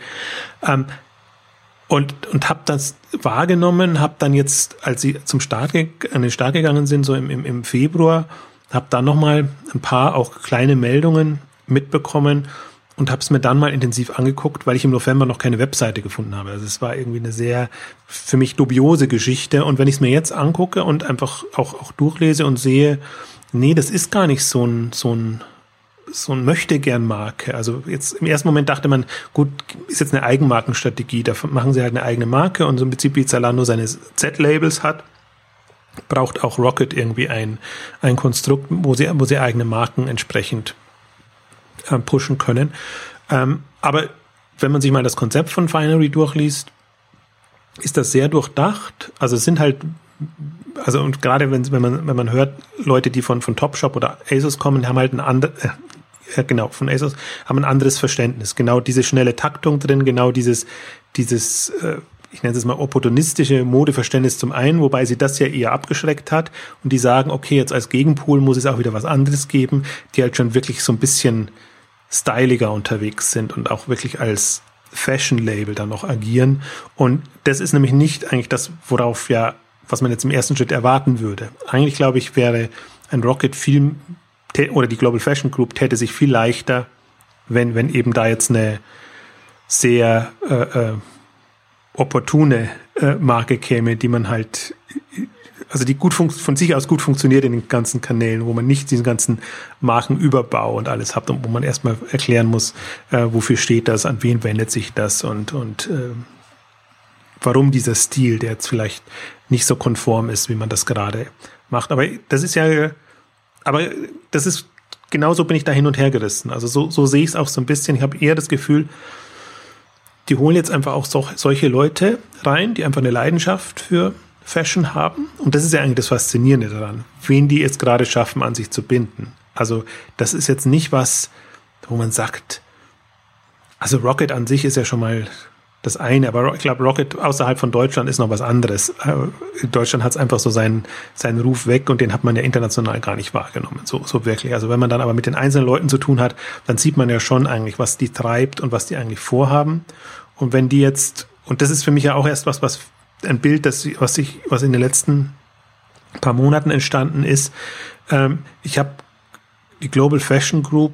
Speaker 2: Und habe das wahrgenommen, habe dann jetzt, als sie an den Start gegangen sind, so im Februar, habe dann nochmal ein paar auch kleine Meldungen mitbekommen und habe es mir dann mal intensiv angeguckt, weil ich im November noch keine Webseite gefunden habe. Also es war irgendwie eine sehr für mich dubiose Geschichte. Und wenn ich es mir jetzt angucke und einfach auch durchlese und sehe, nee, das ist gar nicht so ein Möchtegern-Marke. Also jetzt im ersten Moment dachte man, gut, ist jetzt eine Eigenmarkenstrategie, da machen sie halt eine eigene Marke und so im Prinzip wie Zalando seine Z-Labels hat, braucht auch Rocket irgendwie ein Konstrukt, wo sie eigene Marken entsprechend pushen können. Aber wenn man sich mal das Konzept von Finery durchliest, ist das sehr durchdacht. Also es sind halt, also und gerade wenn man hört, Leute, die von Topshop oder ASOS kommen, haben halt von ASOS, haben ein anderes Verständnis. Genau diese schnelle Taktung drin, genau dieses ich nenne es mal opportunistische Modeverständnis zum einen, wobei sie das ja eher abgeschreckt hat und die sagen, okay, jetzt als Gegenpol muss es auch wieder was anderes geben, die halt schon wirklich so ein bisschen styliger unterwegs sind und auch wirklich als Fashion-Label dann noch agieren. Und das ist nämlich nicht eigentlich das, was man jetzt im ersten Schritt erwarten würde. Eigentlich, glaube ich, wäre ein Rocket oder die Global Fashion Group täte sich viel leichter, wenn eben da jetzt eine sehr opportune Marke käme, die man halt, also die von sich aus gut funktioniert in den ganzen Kanälen, wo man nicht diesen ganzen Markenüberbau und alles hat und wo man erstmal erklären muss, wofür steht das, an wen wendet sich das und warum dieser Stil, der jetzt vielleicht nicht so konform ist, wie man das gerade macht. Aber das ist genauso bin ich da hin und her gerissen. Also so sehe ich es auch so ein bisschen. Ich habe eher das Gefühl, die holen jetzt einfach auch solche Leute rein, die einfach eine Leidenschaft für Fashion haben. Und das ist ja eigentlich das Faszinierende daran, wen die jetzt gerade schaffen, an sich zu binden. Also das ist jetzt nicht was, wo man sagt, also Rocket an sich ist ja schon mal das eine, aber ich glaube, Rocket außerhalb von Deutschland ist noch was anderes. In Deutschland hat es einfach so seinen Ruf weg und den hat man ja international gar nicht wahrgenommen, so wirklich. Also wenn man dann aber mit den einzelnen Leuten zu tun hat, dann sieht man ja schon eigentlich, was die treibt und was die eigentlich vorhaben. Und wenn die jetzt, und das ist für mich ja auch erst was ein Bild, was in den letzten paar Monaten entstanden ist. Ich habe die Global Fashion Group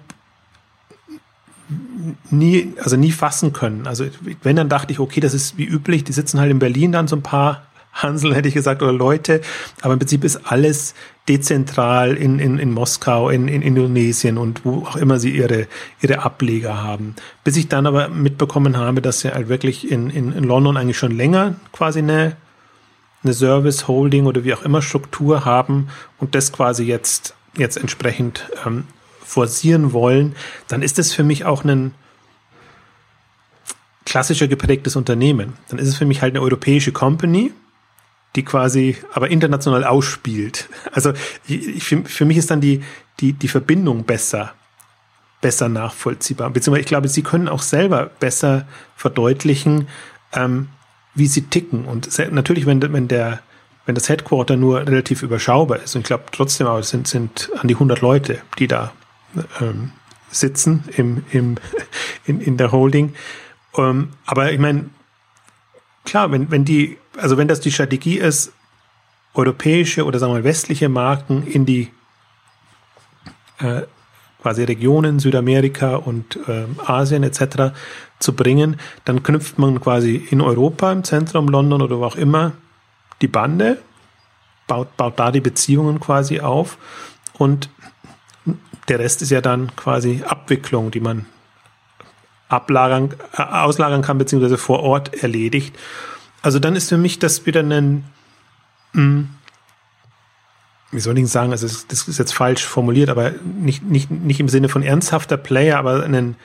Speaker 2: nie fassen können. Also wenn, dann dachte ich, okay, das ist wie üblich, die sitzen halt in Berlin dann so ein paar Hansel, hätte ich gesagt, oder Leute, aber im Prinzip ist alles dezentral in Moskau, in Indonesien und wo auch immer sie ihre Ableger haben. Bis ich dann aber mitbekommen habe, dass sie halt wirklich in London eigentlich schon länger quasi eine Service Holding oder wie auch immer Struktur haben und das quasi jetzt entsprechend forcieren wollen, dann ist das für mich auch ein klassischer geprägtes Unternehmen. Dann ist es für mich halt eine europäische Company, die quasi aber international ausspielt. Also für mich ist dann die Verbindung besser nachvollziehbar. Beziehungsweise ich glaube, sie können auch selber besser verdeutlichen, wie sie ticken. Und natürlich, wenn das Headquarter nur relativ überschaubar ist, und ich glaube trotzdem, aber es sind an die 100 Leute, die da sitzen in der Holding. Aber ich meine, klar, wenn das die Strategie ist, europäische oder sagen wir mal westliche Marken in die quasi Regionen, Südamerika und Asien etc. zu bringen, dann knüpft man quasi in Europa, im Zentrum, London oder wo auch immer, die Bande, baut da die Beziehungen quasi auf und der Rest ist ja dann quasi Abwicklung, die man auslagern kann, beziehungsweise vor Ort erledigt. Also dann ist für mich das wieder wie soll ich sagen, also das ist jetzt falsch formuliert, aber nicht im Sinne von ernsthafter Player, aber ein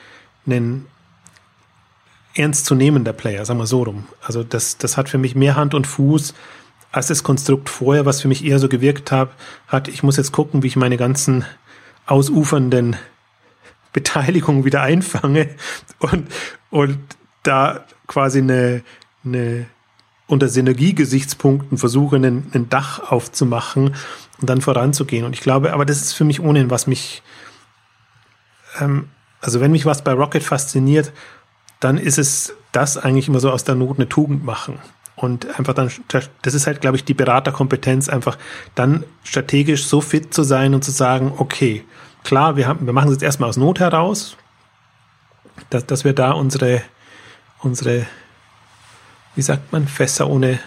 Speaker 2: ernstzunehmender Player, sagen wir so rum. Also das hat für mich mehr Hand und Fuß als das Konstrukt vorher, was für mich eher so gewirkt hat, ich muss jetzt gucken, wie ich meine ganzen ausufernden Beteiligungen wieder einfange und da quasi eine unter Synergiegesichtspunkten versuche, ein Dach aufzumachen und dann voranzugehen. Und ich glaube, aber das ist für mich ohnehin, was mich, also wenn mich was bei Rocket fasziniert, dann ist es das eigentlich immer so aus der Not eine Tugend machen. Und einfach dann, das ist halt, glaube ich, die Beraterkompetenz, einfach dann strategisch so fit zu sein und zu sagen, okay, klar, wir machen es jetzt erstmal aus Not heraus, dass wir da unsere, wie sagt man, Fässer ohne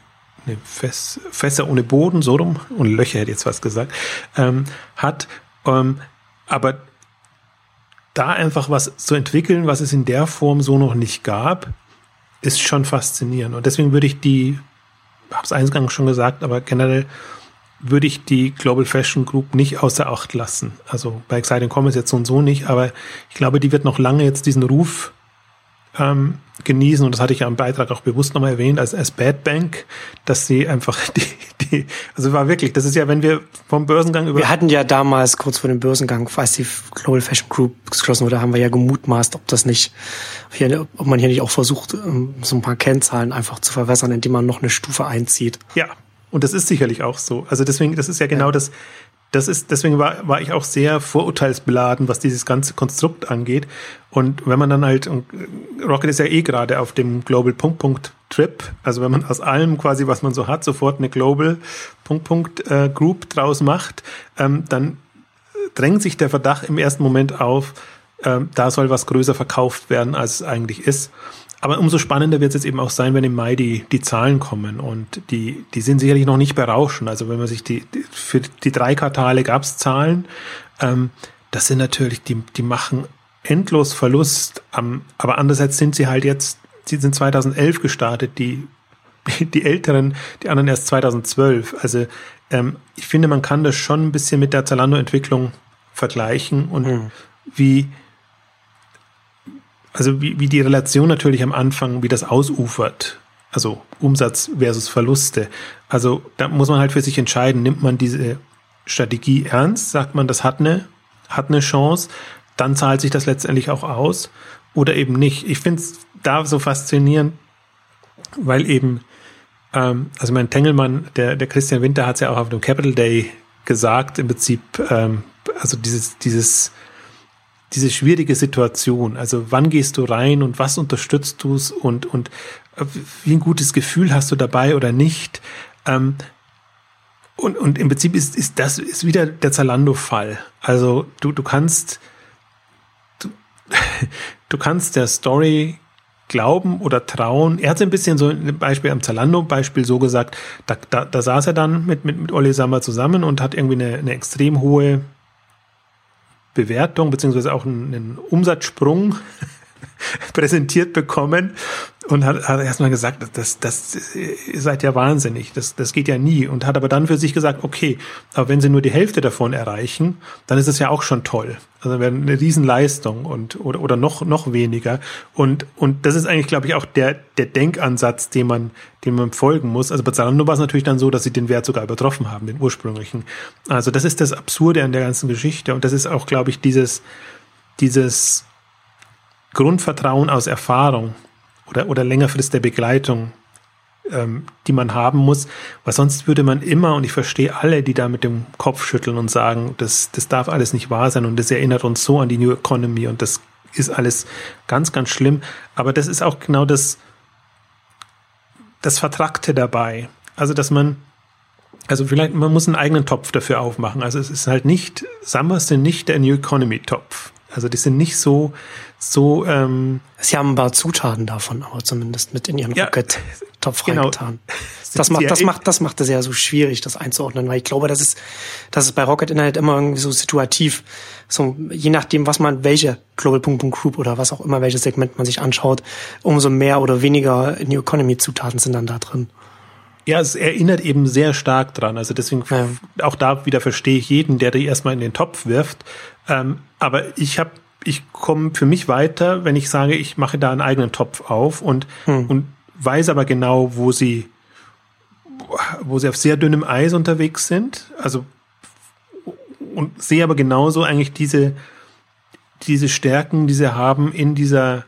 Speaker 2: Boden, so rum, und Löcher hätte ich jetzt was gesagt, hat, aber da einfach was zu entwickeln, was es in der Form so noch nicht gab, ist schon faszinierend. Und deswegen würde ich habe es eingangs schon gesagt, aber generell würde ich die Global Fashion Group nicht außer Acht lassen. Also bei Exciting Commerce jetzt so und so nicht, aber ich glaube, die wird noch lange jetzt diesen Ruf genießen, und das hatte ich ja im Beitrag auch bewusst nochmal erwähnt, als Bad Bank, dass sie einfach also war wirklich, das ist ja, wenn wir vom Börsengang über...
Speaker 1: Wir hatten ja damals kurz vor dem Börsengang, als die Global Fashion Group geschlossen wurde, haben wir ja gemutmaßt, ob man hier nicht auch versucht, so ein paar Kennzahlen einfach zu verwässern, indem man noch eine Stufe einzieht.
Speaker 2: Ja, und das ist sicherlich auch so. Also deswegen, das ist ja genau das. Deswegen war ich auch sehr vorurteilsbeladen, was dieses ganze Konstrukt angeht. Und wenn man dann halt, und Rocket ist ja gerade auf dem Global Trip, also wenn man aus allem quasi, was man so hat, sofort eine Global Group draus macht, dann drängt sich der Verdacht im ersten Moment auf, da soll was größer verkauft werden, als es eigentlich ist. Aber umso spannender wird es jetzt eben auch sein, wenn im Mai die Zahlen kommen. Und die sind sicherlich noch nicht berauschend. Also wenn man sich für die 3 Quartale gab es Zahlen, das sind natürlich, die machen endlos Verlust. Aber andererseits sind sie sind 2011 gestartet, die Älteren, die anderen erst 2012. Also ich finde, man kann das schon ein bisschen mit der Zalando-Entwicklung vergleichen und wie die Relation natürlich am Anfang, wie das ausufert, also Umsatz versus Verluste. Also da muss man halt für sich entscheiden, nimmt man diese Strategie ernst, sagt man, das hat eine Chance, dann zahlt sich das letztendlich auch aus oder eben nicht. Ich finde es da so faszinierend, weil eben, also mein Tengelmann, der Christian Winter hat es ja auch auf dem Capital Day gesagt, im Prinzip, also diese schwierige Situation, also wann gehst du rein und was unterstützt du es und wie ein gutes Gefühl hast du dabei oder nicht. Und im Prinzip ist das wieder der Zalando-Fall. Also du kannst der Story glauben oder trauen. Er hat es ein bisschen so ein Beispiel am Zalando-Beispiel so gesagt, da saß er dann mit Olli Sammer zusammen und hat irgendwie eine extrem hohe Bewertung beziehungsweise auch einen Umsatzsprung präsentiert bekommen und hat erstmal gesagt, ihr seid ja wahnsinnig, das geht ja nie, und hat aber dann für sich gesagt, okay, aber wenn sie nur die Hälfte davon erreichen, dann ist es ja auch schon toll. Also wäre eine Riesenleistung oder noch weniger. Und das ist eigentlich, glaube ich, auch der Denkansatz, dem man folgen muss. Also bei Zalando war es natürlich dann so, dass sie den Wert sogar übertroffen haben, den ursprünglichen. Also das ist das Absurde an der ganzen Geschichte, und das ist auch, glaube ich, dieses Grundvertrauen aus Erfahrung oder längerfristige Begleitung, die man haben muss, weil sonst würde man immer, und ich verstehe alle, die da mit dem Kopf schütteln und sagen, das darf alles nicht wahr sein und das erinnert uns so an die New Economy und das ist alles ganz, ganz schlimm. Aber das ist auch genau das Vertrackte dabei. Also, vielleicht, man muss einen eigenen Topf dafür aufmachen. Also es ist halt nicht, Summers sind nicht der New Economy Topf. Also die sind nicht so. Sie haben
Speaker 1: ein paar Zutaten davon, aber zumindest mit in ihren Rocket-Topf reingetan. Das macht es ja so schwierig, das einzuordnen, weil ich glaube, das ist bei Rocket Internet immer irgendwie so situativ. So, je nachdem, welche Global Group oder was auch immer, welches Segment man sich anschaut, umso mehr oder weniger New Economy Zutaten sind dann da drin.
Speaker 2: Ja, es erinnert eben sehr stark dran. Also deswegen, auch da wieder verstehe ich jeden, der die erstmal in den Topf wirft. Aber ich komme für mich weiter, wenn ich sage, ich mache da einen eigenen Topf auf und weiß aber genau, wo sie auf sehr dünnem Eis unterwegs sind. Also, und sehe aber genauso eigentlich diese Stärken, die sie haben in dieser,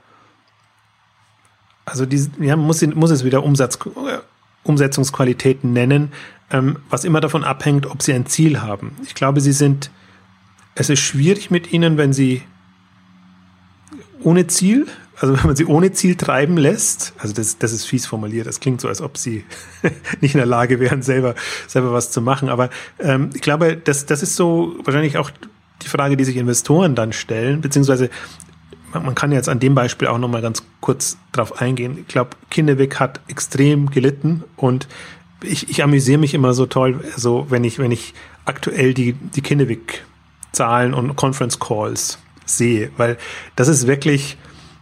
Speaker 2: also muss es wieder Umsetzungsqualitäten nennen, was immer davon abhängt, ob sie ein Ziel haben. Ich glaube, es ist schwierig mit ihnen, wenn sie ohne Ziel, also wenn man sie ohne Ziel treiben lässt, also das ist fies formuliert, das klingt so, als ob sie nicht in der Lage wären, selber was zu machen, aber ich glaube, das ist so wahrscheinlich auch die Frage, die sich Investoren dann stellen, beziehungsweise man kann jetzt an dem Beispiel auch nochmal ganz kurz drauf eingehen. Ich glaube, Kinnevik hat extrem gelitten und ich amüsiere mich immer so toll, so wenn ich aktuell die Kinnevik-Zahlen und Conference Calls sehe, weil das ist wirklich,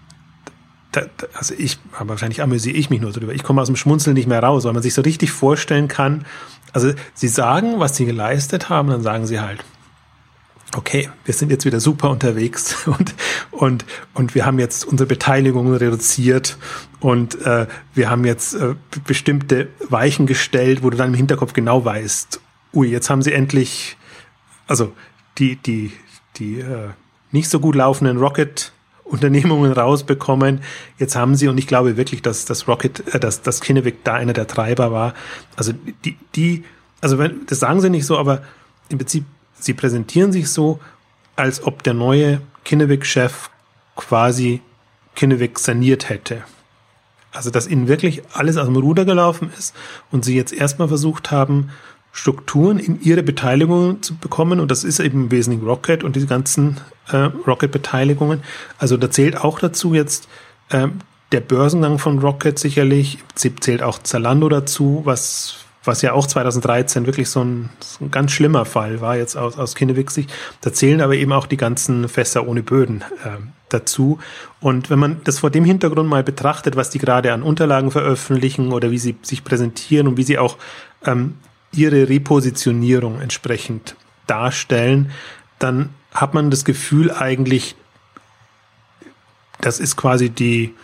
Speaker 2: aber wahrscheinlich amüsiere ich mich nur so drüber. Ich komme aus dem Schmunzeln nicht mehr raus, weil man sich so richtig vorstellen kann, also sie sagen, was sie geleistet haben, dann sagen sie halt, okay, wir sind jetzt wieder super unterwegs und wir haben jetzt unsere Beteiligung reduziert und wir haben jetzt bestimmte Weichen gestellt, wo du dann im Hinterkopf genau weißt, jetzt haben sie endlich, also die nicht so gut laufenden Rocket-Unternehmungen rausbekommen. Jetzt haben sie, und ich glaube wirklich, dass das Kinnevik da einer der Treiber war. Also das sagen sie nicht so, aber im Prinzip, sie präsentieren sich so, als ob der neue Kinnevik-Chef quasi Kinnevik saniert hätte. Also, dass ihnen wirklich alles aus dem Ruder gelaufen ist und sie jetzt erstmal versucht haben, Strukturen in ihre Beteiligung zu bekommen. Und das ist eben im Wesentlichen Rocket und diese ganzen Rocket-Beteiligungen. Also da zählt auch dazu jetzt der Börsengang von Rocket sicherlich. Im Prinzip zählt auch Zalando dazu, was ja auch 2013 wirklich so ein ganz schlimmer Fall war, jetzt aus Kinneviks Sicht. Da zählen aber eben auch die ganzen Fässer ohne Böden dazu. Und wenn man das vor dem Hintergrund mal betrachtet, was die gerade an Unterlagen veröffentlichen oder wie sie sich präsentieren und wie sie auch ihre Repositionierung entsprechend darstellen, dann hat man das Gefühl eigentlich, das ist quasi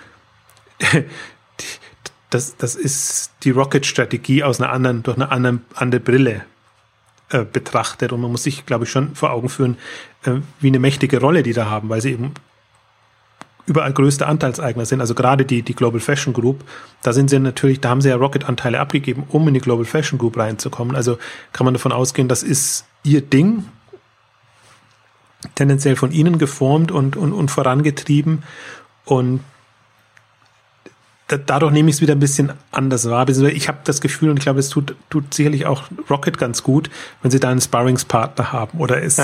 Speaker 2: das ist die Rocket-Strategie durch eine andere Brille betrachtet. Und man muss sich, glaube ich, schon vor Augen führen, wie eine mächtige Rolle die da haben, weil sie eben überall größte Anteilseigner sind. Also gerade die Global Fashion Group, da haben sie ja Rocket-Anteile abgegeben, um in die Global Fashion Group reinzukommen. Also kann man davon ausgehen, das ist ihr Ding, tendenziell von ihnen geformt und vorangetrieben. Und dadurch nehme ich es wieder ein bisschen anders wahr. Ich habe das Gefühl, und ich glaube, es tut sicherlich auch Rocket ganz gut, wenn sie da einen Sparringspartner haben oder es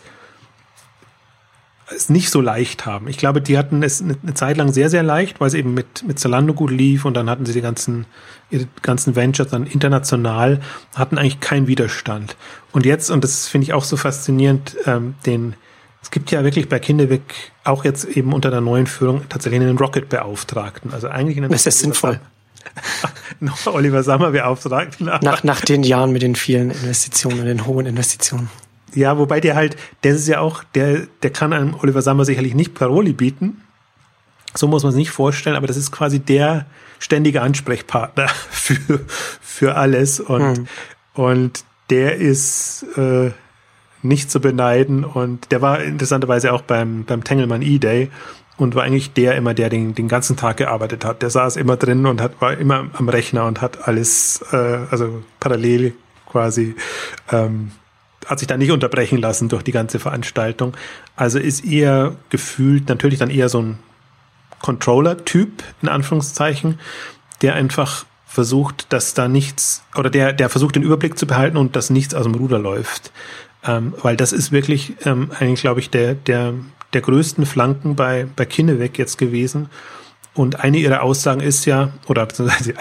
Speaker 2: nicht so leicht haben. Ich glaube, die hatten es eine Zeit lang sehr, sehr leicht, weil es eben mit Zalando gut lief und dann hatten sie ihre ganzen Ventures dann international, hatten eigentlich keinen Widerstand. Und jetzt, und das finde ich auch so faszinierend, es gibt ja wirklich bei Kinnevik auch jetzt eben unter der neuen Führung tatsächlich einen Rocket-Beauftragten. Also eigentlich
Speaker 1: das ist sinnvoll.
Speaker 2: Noch Oliver Sammer Beauftragten.
Speaker 1: Nach den Jahren mit den vielen Investitionen, den hohen Investitionen.
Speaker 2: Ja, wobei der ist ja auch, der kann einem Oliver Sammer sicherlich nicht Paroli bieten. So muss man es nicht vorstellen, aber das ist quasi der ständige Ansprechpartner für alles und der ist nicht zu beneiden und der war interessanterweise auch beim Tengelmann E-Day und war eigentlich der den ganzen Tag gearbeitet hat. Der saß immer drin und war immer am Rechner und hat alles, also parallel quasi, hat sich da nicht unterbrechen lassen durch die ganze Veranstaltung. Also ist eher gefühlt natürlich dann eher so ein Controller-Typ, in Anführungszeichen, der einfach versucht, dass da nichts, oder der versucht, den Überblick zu behalten und dass nichts aus dem Ruder läuft. Weil das ist wirklich eigentlich, glaube ich, der größten Flanken bei Kinnevik jetzt gewesen. Und eine ihrer Aussagen ist ja, oder beziehungsweise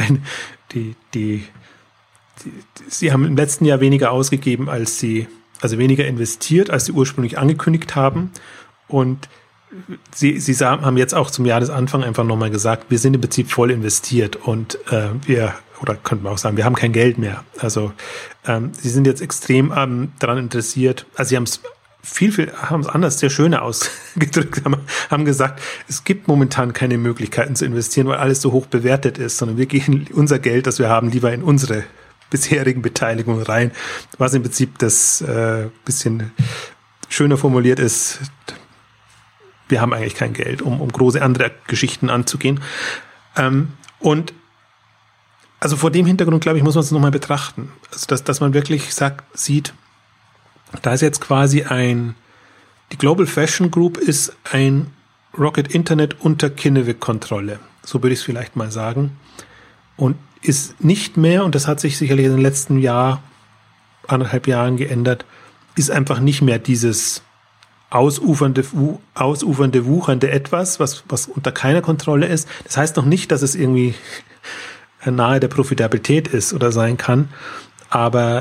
Speaker 2: sie haben im letzten Jahr weniger ausgegeben, also weniger investiert, als sie ursprünglich angekündigt haben. Und sie haben jetzt auch zum Jahresanfang einfach nochmal gesagt, wir sind im Prinzip voll investiert und oder könnte man auch sagen, wir haben kein Geld mehr. Also sie sind jetzt extrem daran interessiert. Also sie haben es haben es anders, sehr schöner ausgedrückt, haben gesagt, es gibt momentan keine Möglichkeiten zu investieren, weil alles so hoch bewertet ist, sondern wir gehen unser Geld, das wir haben, lieber in unsere bisherigen Beteiligungen rein, was im Prinzip das bisschen schöner formuliert ist, wir haben eigentlich kein Geld, um große andere Geschichten anzugehen. Und also vor dem Hintergrund, glaube ich, muss man es nochmal betrachten. Also dass man wirklich sieht, da ist jetzt quasi die Global Fashion Group ist ein Rocket Internet unter Kinnevik-Kontrolle. So würde ich es vielleicht mal sagen. Und ist nicht mehr, und das hat sich sicherlich in den letzten 1,5 Jahren geändert, ist einfach nicht mehr dieses ausufernde, wuchernde Etwas, was unter keiner Kontrolle ist. Das heißt noch nicht, dass es irgendwie nahe der Profitabilität ist oder sein kann, aber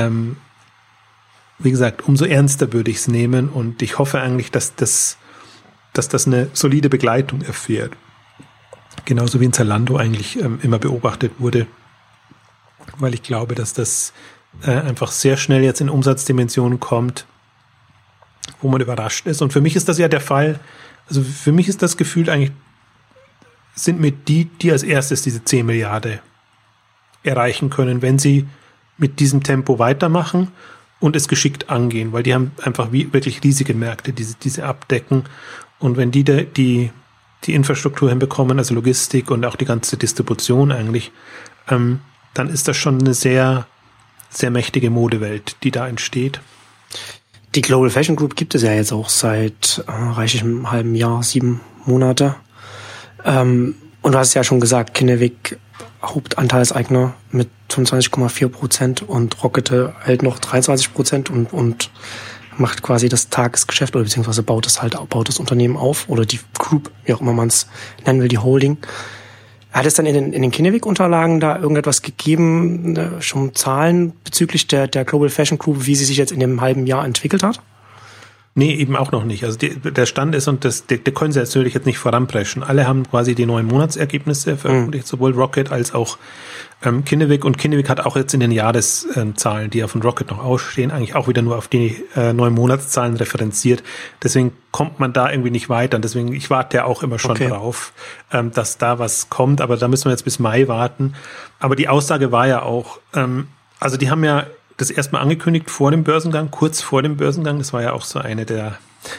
Speaker 2: wie gesagt, umso ernster würde ich es nehmen und ich hoffe eigentlich, dass das eine solide Begleitung erfährt. Genauso wie in Zalando eigentlich immer beobachtet wurde, weil ich glaube, dass das einfach sehr schnell jetzt in Umsatzdimensionen kommt, wo man überrascht ist. Und für mich ist das ja der Fall, also für mich ist das Gefühl eigentlich, sind mit die als erstes diese 10 Milliarden erreichen können, wenn sie mit diesem Tempo weitermachen und es geschickt angehen, weil die haben einfach wirklich riesige Märkte, diese abdecken. Und wenn die Infrastruktur hinbekommen, also Logistik und auch die ganze Distribution eigentlich, dann ist das schon eine sehr, sehr mächtige Modewelt, die da entsteht.
Speaker 1: Die Global Fashion Group gibt es ja jetzt auch seit reichlich einem halben Jahr, 7 Monate. Und du hast ja schon gesagt, Kinnevik Hauptanteilseigner mit 25,4% und Rocket hält noch 23% und macht quasi das Tagesgeschäft oder beziehungsweise baut das Unternehmen auf oder die Group, wie auch immer man es nennen will, die Holding. Hat es dann in den Kinnevik-Unterlagen da irgendetwas gegeben, schon Zahlen bezüglich der Global Fashion Group, wie sie sich jetzt in dem halben Jahr entwickelt hat?
Speaker 2: Nee, eben auch noch nicht. Also der Stand ist, und der können sie natürlich jetzt nicht voranpreschen. Alle haben quasi die 9 Monatsergebnisse veröffentlicht, sowohl Rocket als auch Kinnevik. Und Kinnevik hat auch jetzt in den Jahreszahlen, die ja von Rocket noch ausstehen, eigentlich auch wieder nur auf die 9 Monatszahlen referenziert. Deswegen kommt man da irgendwie nicht weiter. Und deswegen, ich warte ja auch immer schon drauf, dass da was kommt. Aber da müssen wir jetzt bis Mai warten. Aber die Aussage war ja auch, also die haben ja das erstmal angekündigt vor dem Börsengang, kurz vor dem Börsengang. Das war ja auch so eine der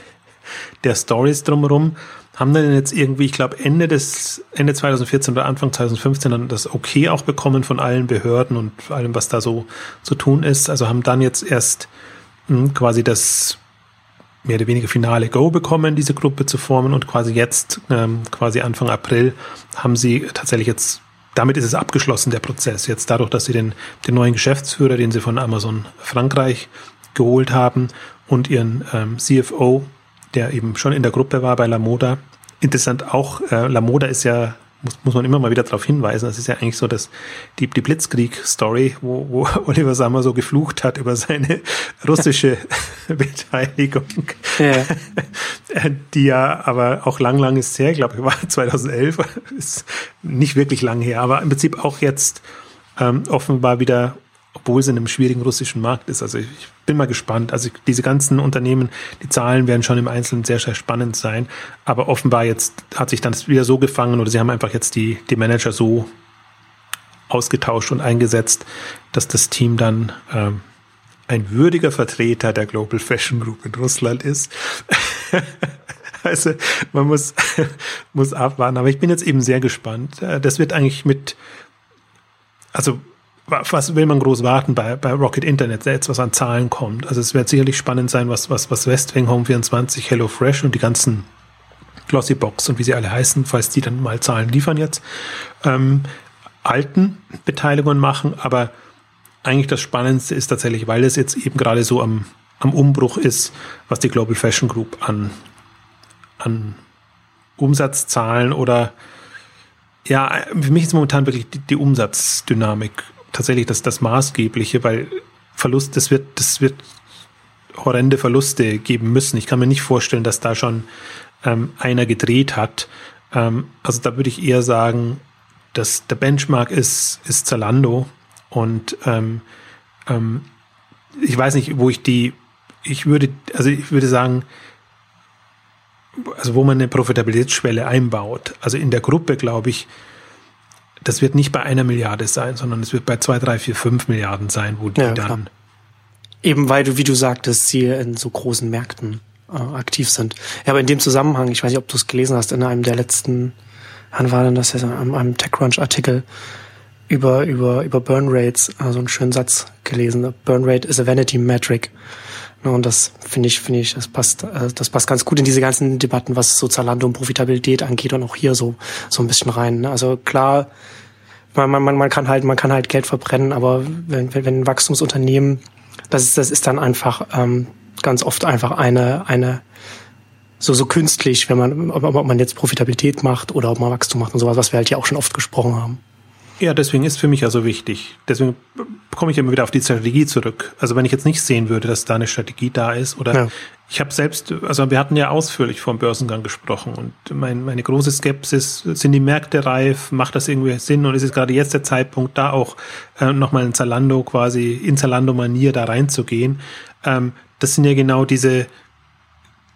Speaker 2: Stories drumherum. Haben dann jetzt irgendwie, ich glaube, Ende 2014 oder Anfang 2015 dann das Okay auch bekommen von allen Behörden und allem, was da so zu tun ist. Also haben dann jetzt erst quasi das mehr oder weniger finale Go bekommen, diese Gruppe zu formen. Und quasi jetzt, quasi Anfang April, haben sie tatsächlich jetzt, damit ist es abgeschlossen, der Prozess. Jetzt dadurch, dass sie den neuen Geschäftsführer, den sie von Amazon Frankreich geholt haben und ihren CFO, der eben schon in der Gruppe war bei Lamoda. Interessant auch, Lamoda ist ja, muss man immer mal wieder darauf hinweisen, das ist ja eigentlich so, dass die Blitzkrieg-Story, wo Oliver Sammer so geflucht hat über seine russische Beteiligung, die ja aber auch lang ist her, ich glaube, war 2011, ist nicht wirklich lang her, aber im Prinzip auch jetzt offenbar wieder, obwohl es in einem schwierigen russischen Markt ist. Also ich bin mal gespannt. Also diese ganzen Unternehmen, die Zahlen werden schon im Einzelnen sehr, sehr spannend sein. Aber offenbar jetzt hat sich dann wieder so gefangen oder sie haben einfach jetzt die Manager so ausgetauscht und eingesetzt, dass das Team dann ein würdiger Vertreter der Global Fashion Group in Russland ist. Also man muss abwarten. Aber ich bin jetzt eben sehr gespannt. Das wird eigentlich also was will man groß warten bei Rocket Internet, jetzt was an Zahlen kommt. Also es wird sicherlich spannend sein, was Westwing, Home24, HelloFresh und die ganzen Glossybox und wie sie alle heißen, falls die dann mal Zahlen liefern jetzt, alten Beteiligungen machen. Aber eigentlich das Spannendste ist tatsächlich, weil es jetzt eben gerade so am Umbruch ist, was die Global Fashion Group an Umsatzzahlen oder ja, für mich ist momentan wirklich die Umsatzdynamik tatsächlich das Maßgebliche, weil das wird horrende Verluste geben müssen. Ich kann mir nicht vorstellen, dass da schon einer gedreht hat. Also da würde ich eher sagen, dass der Benchmark ist Zalando und ich weiß nicht, ich würde sagen, also wo man eine Profitabilitätsschwelle einbaut. Also in der Gruppe, glaube ich, das wird nicht bei 1 Milliarde sein, sondern es wird bei 2, 3, 4, 5 Milliarden sein, wo die dann...
Speaker 1: Klar. Eben weil du, wie du sagtest, sie in so großen Märkten aktiv sind. Ja, aber in dem Zusammenhang, ich weiß nicht, ob du es gelesen hast, in einem der letzten, wann war denn das jetzt, in einem TechCrunch-Artikel über Burn Rates, so einen schönen Satz gelesen. Burn Rate is a vanity metric. Und das finde ich, das passt ganz gut in diese ganzen Debatten, was so Zalando und Profitabilität angeht und auch hier so ein bisschen rein. Also klar, man kann halt Geld verbrennen, aber wenn ein Wachstumsunternehmen, das ist dann einfach ganz oft einfach eine so künstlich, ob man jetzt Profitabilität macht oder ob man Wachstum macht und sowas, was wir halt ja auch schon oft gesprochen haben.
Speaker 2: Ja, deswegen ist für mich also wichtig. Deswegen komme ich immer wieder auf die Strategie zurück. Also wenn ich jetzt nicht sehen würde, dass da eine Strategie da ist oder ich habe selbst, also wir hatten ja ausführlich vor dem Börsengang gesprochen und meine große Skepsis, sind die Märkte reif, macht das irgendwie Sinn und ist es gerade jetzt der Zeitpunkt, da auch nochmal in Zalando-Manier da reinzugehen. Das sind ja genau diese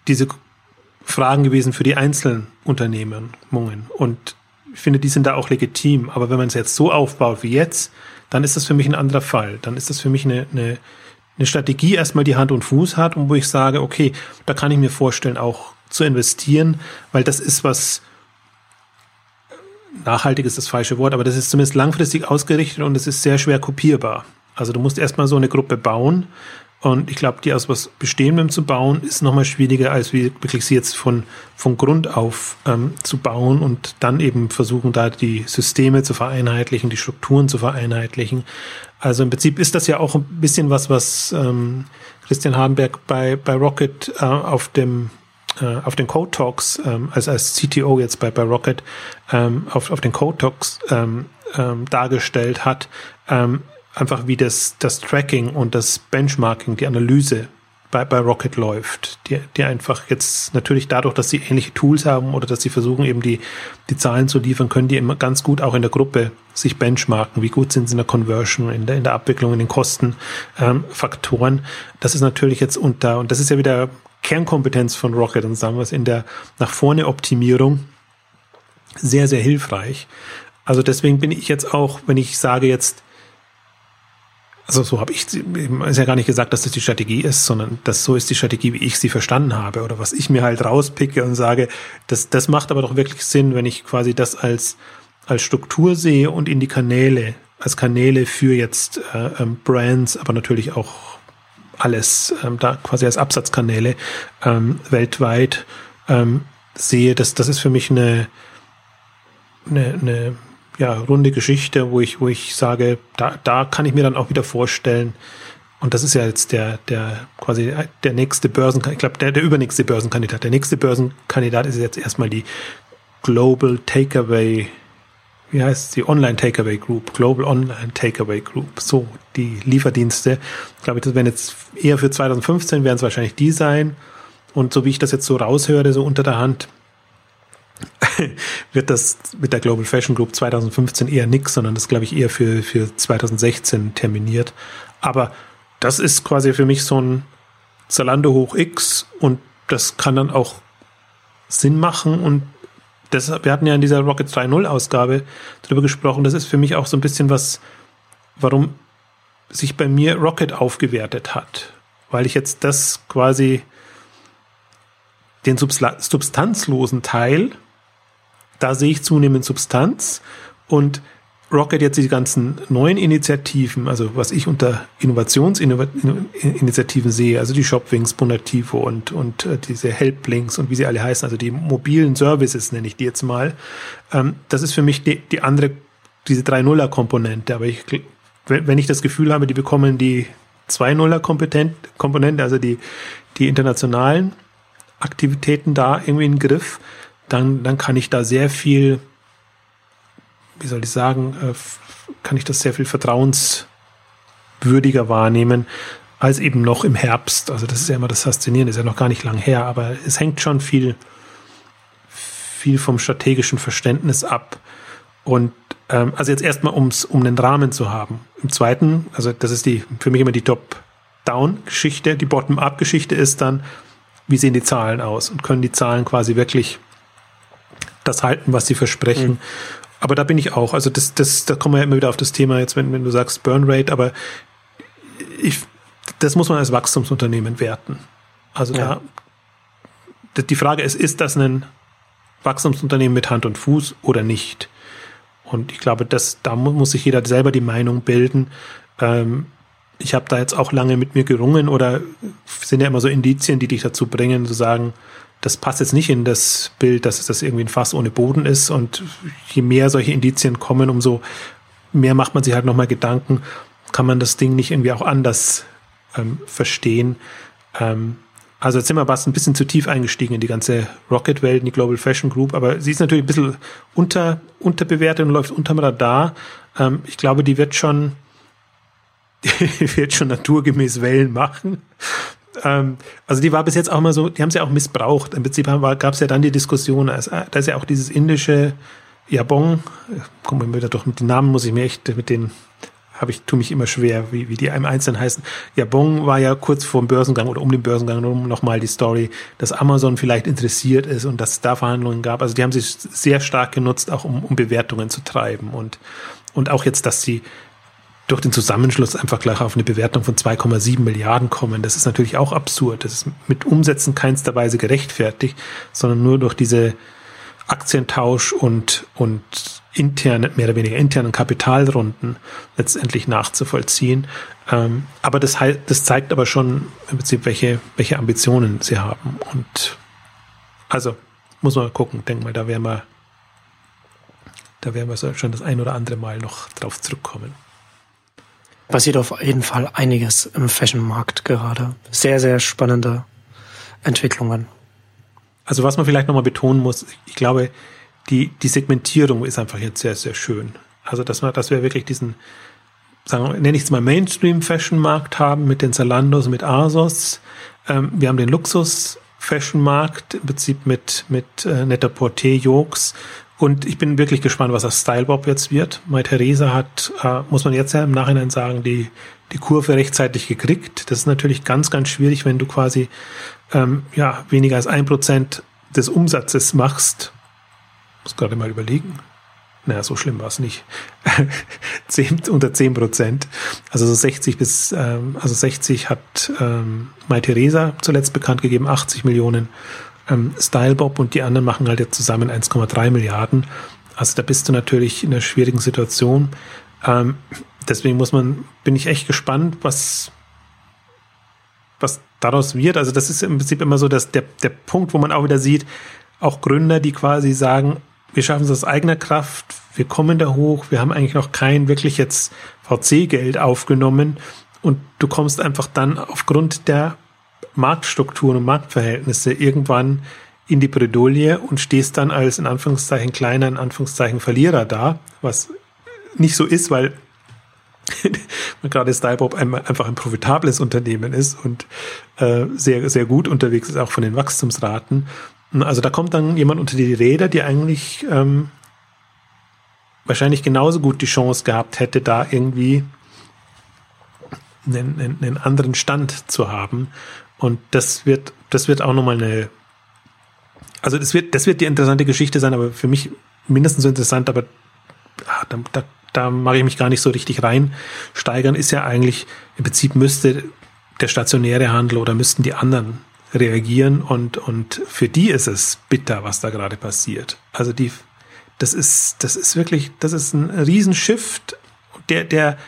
Speaker 2: diese Fragen gewesen für die einzelnen Unternehmungen. Und ich finde, die sind da auch legitim. Aber wenn man es jetzt so aufbaut wie jetzt, dann ist das für mich ein anderer Fall. Dann ist das für mich eine Strategie erstmal, die Hand und Fuß hat und wo ich sage, okay, da kann ich mir vorstellen, auch zu investieren, weil das ist was, nachhaltig ist das falsche Wort, aber das ist zumindest langfristig ausgerichtet und es ist sehr schwer kopierbar. Also du musst erstmal so eine Gruppe bauen und ich glaube, die aus was Bestehendem zu bauen, ist nochmal schwieriger, als wie wirklich sie jetzt von Grund auf zu bauen und dann eben versuchen, da die Systeme zu vereinheitlichen, die Strukturen zu vereinheitlichen. Also im Prinzip ist das ja auch ein bisschen was Christian Hardenberg bei Rocket auf den Code Talks, als CTO jetzt bei Rocket auf den Code Talks dargestellt hat, einfach wie das Tracking und das Benchmarking, die Analyse bei Rocket läuft, die einfach jetzt natürlich dadurch, dass sie ähnliche Tools haben oder dass sie versuchen eben die Zahlen zu liefern, können die immer ganz gut auch in der Gruppe sich benchmarken, wie gut sind sie in der Conversion, in der Abwicklung, in den Kostenfaktoren. Das ist natürlich jetzt und das ist ja wieder Kernkompetenz von Rocket und sagen wir es in der nach vorne Optimierung sehr, sehr hilfreich. Also deswegen bin ich jetzt auch, wenn ich sage jetzt, also so habe ich, ist ja gar nicht gesagt, dass das die Strategie ist, sondern so ist die Strategie, wie ich sie verstanden habe oder was ich mir halt rauspicke und sage, das macht aber doch wirklich Sinn, wenn ich quasi das als Struktur sehe und in die Kanäle, als Kanäle für jetzt Brands, aber natürlich auch alles da quasi als Absatzkanäle weltweit sehe, das ist für mich eine runde Geschichte, wo ich sage, da kann ich mir dann auch wieder vorstellen, und das ist ja jetzt der nächste Börsenkandidat, ich glaube, der übernächste Börsenkandidat. Der nächste Börsenkandidat ist jetzt erstmal die Global Takeaway, wie heißt es, die Online Takeaway Group, Global Online Takeaway Group, so, die Lieferdienste. Ich glaube, das werden jetzt eher für 2015 werden es wahrscheinlich die sein, und so wie ich das jetzt so raushöre, so unter der Hand, wird das mit der Global Fashion Group 2015 eher nix, sondern das glaube ich eher für 2016 terminiert. Aber das ist quasi für mich so ein Zalando hoch X und das kann dann auch Sinn machen und wir hatten ja in dieser Rocket 3.0 Ausgabe darüber gesprochen, das ist für mich auch so ein bisschen warum sich bei mir Rocket aufgewertet hat. Weil ich jetzt das quasi den substanzlosen Teil, da sehe ich zunehmend Substanz und Rocket jetzt die ganzen neuen Initiativen, also was ich unter Innovationsinitiativen sehe, also die Shopwings, Bonativo und diese Helplinks und wie sie alle heißen, also die mobilen Services nenne ich die jetzt mal, das ist für mich die andere, diese 3.0er-Komponente, aber wenn ich das Gefühl habe, die bekommen die 2.0er-Komponente, also die internationalen Aktivitäten da irgendwie in den Griff, dann kann ich da sehr viel, wie soll ich sagen, kann ich das sehr viel vertrauenswürdiger wahrnehmen als eben noch im Herbst. Also das ist ja immer das Faszinierende, ist ja noch gar nicht lang her, aber es hängt schon viel vom strategischen Verständnis ab. Und also jetzt erstmal, um einen Rahmen zu haben. Im Zweiten, also das ist für mich immer die Top-Down-Geschichte, die Bottom-Up-Geschichte ist dann, wie sehen die Zahlen aus und können die Zahlen quasi wirklich das halten, was sie versprechen. Mhm. Aber da bin ich auch, also da kommen wir ja immer wieder auf das Thema jetzt, wenn du sagst Burn Rate, aber das muss man als Wachstumsunternehmen werten. Also ja. Die Frage ist das ein Wachstumsunternehmen mit Hand und Fuß oder nicht? Und ich glaube, da muss sich jeder selber die Meinung bilden. Ich habe da jetzt auch lange mit mir gerungen oder sind ja immer so Indizien, die dich dazu bringen, zu sagen, das passt jetzt nicht in das Bild, dass das irgendwie ein Fass ohne Boden ist. Und je mehr solche Indizien kommen, umso mehr macht man sich halt nochmal Gedanken, kann man das Ding nicht irgendwie auch anders verstehen. Also jetzt sind wir fast ein bisschen zu tief eingestiegen in die ganze Rocket-Welt, in die Global Fashion Group, aber sie ist natürlich ein bisschen unterbewertet und läuft unterm Radar. Ich glaube, die wird schon naturgemäß Wellen machen. Also die war bis jetzt auch mal so, die haben sie ja auch missbraucht. Im Prinzip gab es ja dann die Diskussion, da ist ja auch dieses indische Jabong, kommen wir wieder durch, mit den Namen muss ich mir echt, mit den tue mich immer schwer, wie die im Einzelnen heißen. Ja, Bong war ja kurz vor dem Börsengang oder um den Börsengang nochmal die Story, dass Amazon vielleicht interessiert ist und dass es da Verhandlungen gab. Also die haben sich sehr stark genutzt, auch um Bewertungen zu treiben und auch jetzt, dass sie durch den Zusammenschluss einfach gleich auf eine Bewertung von 2,7 Milliarden kommen. Das ist natürlich auch absurd. Das ist mit Umsätzen keinster Weise gerechtfertigt, sondern nur durch diese Aktientausch und interne, mehr oder weniger internen Kapitalrunden letztendlich nachzuvollziehen. Aber das zeigt aber schon im Prinzip, welche Ambitionen sie haben. Und also muss man gucken. Denk mal, da werden wir schon das ein oder andere Mal noch drauf zurückkommen.
Speaker 1: Passiert auf jeden Fall einiges im Fashion-Markt gerade. Sehr, sehr spannende Entwicklungen.
Speaker 2: Also was man vielleicht nochmal betonen muss, ich glaube, die Segmentierung ist einfach jetzt sehr, sehr schön. Also dass wir wirklich diesen, nenne ich es mal Mainstream-Fashion-Markt haben mit den Zalandos, mit ASOS. Wir haben den Luxus-Fashion-Markt im Prinzip mit Net-a-Porter, Yoox. Und ich bin wirklich gespannt, was aus Stylebop jetzt wird. Mytheresa hat, muss man jetzt ja im Nachhinein sagen, die Kurve rechtzeitig gekriegt. Das ist natürlich ganz, ganz schwierig, wenn du quasi weniger als 1% des Umsatzes machst. Muss gerade mal überlegen. Naja, so schlimm war es nicht. Unter 10%. Also so 60 hat Mytheresa zuletzt bekannt gegeben, 80 Millionen. Stylebop und die anderen machen halt jetzt zusammen 1,3 Milliarden. Also da bist du natürlich in einer schwierigen Situation. Deswegen bin ich echt gespannt, was daraus wird. Also das ist im Prinzip immer so, dass der Punkt, wo man auch wieder sieht, auch Gründer, die quasi sagen, wir schaffen es aus eigener Kraft, wir kommen da hoch, wir haben eigentlich noch kein wirklich jetzt VC-Geld aufgenommen und du kommst einfach dann aufgrund der Marktstrukturen und Marktverhältnisse irgendwann in die Bredouille und stehst dann als in Anführungszeichen kleiner, in Anführungszeichen Verlierer da, was nicht so ist, weil gerade Stylebop einfach ein profitables Unternehmen ist und sehr, sehr gut unterwegs ist, auch von den Wachstumsraten. Also da kommt dann jemand unter die Räder, die eigentlich wahrscheinlich genauso gut die Chance gehabt hätte, da irgendwie einen anderen Stand zu haben. Und das wird auch nochmal also das wird die interessante Geschichte sein, aber für mich mindestens so interessant, aber da mache ich mich gar nicht so richtig reinsteigern, ist ja eigentlich, im Prinzip müsste der stationäre Handel oder müssten die anderen reagieren und für die ist es bitter, was da gerade passiert. Also das ist ein Riesenshift, der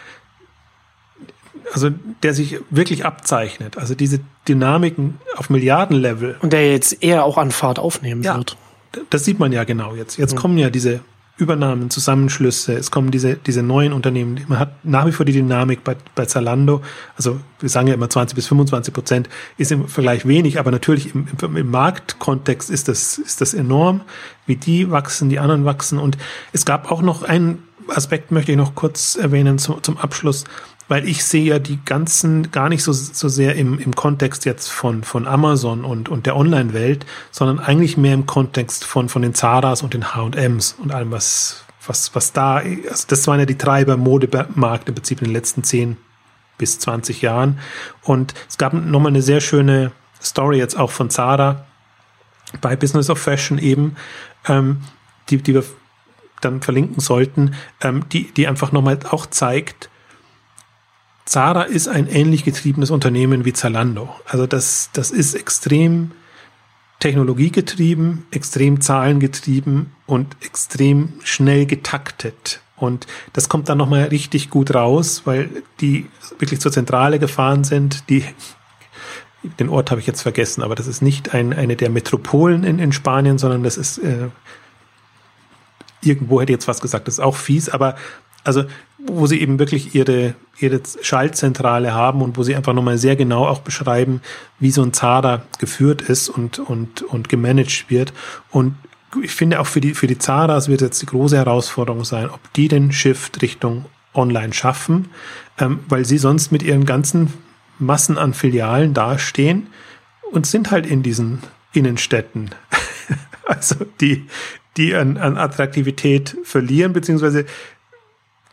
Speaker 2: sich wirklich abzeichnet. Also diese Dynamiken auf Milliardenlevel.
Speaker 1: Und der jetzt eher auch an Fahrt aufnehmen wird.
Speaker 2: Das sieht man ja genau jetzt. Jetzt kommen ja diese Übernahmen, Zusammenschlüsse, es kommen diese neuen Unternehmen. Man hat nach wie vor die Dynamik bei Zalando. Also wir sagen ja immer 20-25% ist im Vergleich wenig, aber natürlich im Marktkontext ist das enorm, wie die wachsen, die anderen wachsen. Und es gab auch noch einen Aspekt, möchte ich noch kurz erwähnen zum Abschluss, weil ich sehe ja die ganzen gar nicht so sehr im Kontext jetzt von Amazon und der Online-Welt, sondern eigentlich mehr im Kontext von den Zaras und den H&Ms und allem, was da, also das waren ja die Treiber im Modemarkt im Prinzip in den letzten 10 bis 20 Jahren. Und es gab nochmal eine sehr schöne Story jetzt auch von Zara bei Business of Fashion eben, die wir dann verlinken sollten, die einfach nochmal auch zeigt, Zara ist ein ähnlich getriebenes Unternehmen wie Zalando. Also das ist extrem technologiegetrieben, extrem zahlengetrieben und extrem schnell getaktet. Und das kommt dann nochmal richtig gut raus, weil die wirklich zur Zentrale gefahren sind. Den Ort habe ich jetzt vergessen, aber das ist nicht eine der Metropolen in Spanien, sondern das ist irgendwo hätte ich jetzt was gesagt, das ist auch fies, aber also wo sie eben wirklich ihre Schaltzentrale haben und wo sie einfach nochmal sehr genau auch beschreiben, wie so ein Zara geführt ist und gemanagt wird. Und ich finde auch für die Zaras wird jetzt die große Herausforderung sein, ob die den Shift Richtung Online schaffen, weil sie sonst mit ihren ganzen Massen an Filialen dastehen und sind halt in diesen Innenstädten. Also die an Attraktivität verlieren, beziehungsweise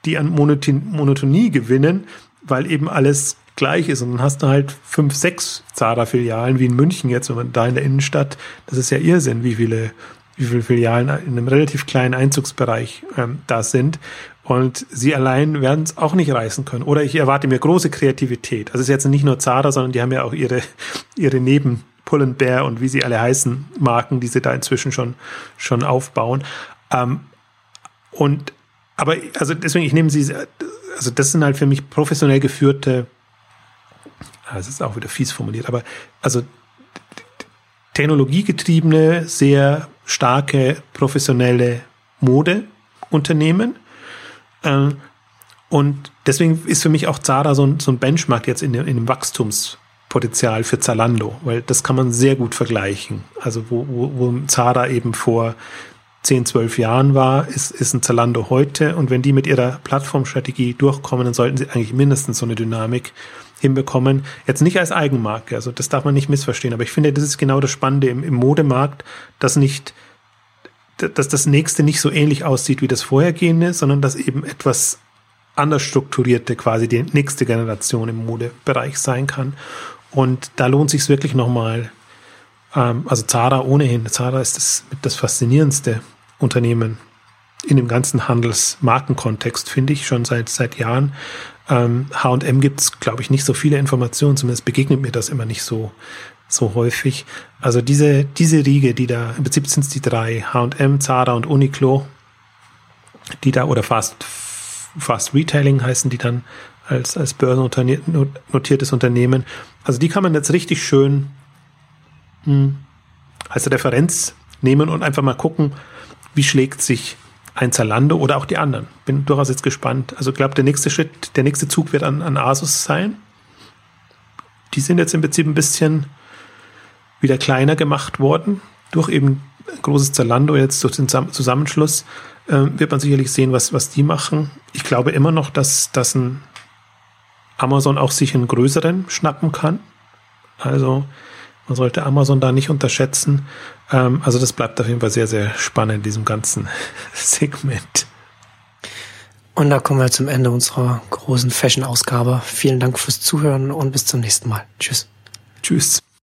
Speaker 2: die an Monotonie gewinnen, weil eben alles gleich ist. Und dann hast du halt 5, 6 Zara-Filialen, wie in München jetzt, wenn man da in der Innenstadt, das ist ja Irrsinn, wie viele Filialen in einem relativ kleinen Einzugsbereich da sind. Und sie allein werden es auch nicht reißen können. Oder ich erwarte mir große Kreativität. Also es ist jetzt nicht nur Zara, sondern die haben ja auch ihre neben Pull&Bear und wie sie alle heißen Marken, die sie da inzwischen schon aufbauen. Aber deswegen, ich nehme sie, also das sind halt für mich professionell geführte, das ist auch wieder fies formuliert, aber also technologiegetriebene, sehr starke, professionelle Modeunternehmen. Und deswegen ist für mich auch Zara so ein Benchmark jetzt in dem Wachstumspotenzial für Zalando, weil das kann man sehr gut vergleichen. Also wo Zara eben vor 10, 12 Jahren war, ist ein Zalando heute. Und wenn die mit ihrer Plattformstrategie durchkommen, dann sollten sie eigentlich mindestens so eine Dynamik hinbekommen. Jetzt nicht als Eigenmarke, also das darf man nicht missverstehen. Aber ich finde, das ist genau das Spannende im Modemarkt, dass das nächste nicht so ähnlich aussieht wie das vorhergehende, sondern dass eben etwas anders strukturierte quasi die nächste Generation im Modebereich sein kann. Und da lohnt sich wirklich nochmal, also Zara ohnehin. Zara ist das faszinierendste Unternehmen in dem ganzen Handelsmarkenkontext, finde ich, schon seit Jahren. H&M gibt es, glaube ich, nicht so viele Informationen, zumindest begegnet mir das immer nicht so häufig. Also diese Riege, die da, im Prinzip sind es die 3, H&M, Zara und Uniqlo, die da, oder Fast Retailing heißen die dann als börsennotiertes Unternehmen. Also die kann man jetzt richtig schön als Referenz nehmen und einfach mal gucken, wie schlägt sich ein Zalando oder auch die anderen. Bin durchaus jetzt gespannt. Also ich glaube, der nächste Zug wird an Asus sein. Die sind jetzt im Prinzip ein bisschen wieder kleiner gemacht worden. Durch eben ein großes Zalando, jetzt durch den Zusammenschluss, wird man sicherlich sehen, was die machen. Ich glaube immer noch, dass ein Amazon auch sich einen größeren schnappen kann. Also man sollte Amazon da nicht unterschätzen. Also das bleibt auf jeden Fall sehr, sehr spannend in diesem ganzen Segment.
Speaker 1: Und da kommen wir zum Ende unserer großen Fashion-Ausgabe. Vielen Dank fürs Zuhören und bis zum nächsten Mal. Tschüss.
Speaker 2: Tschüss.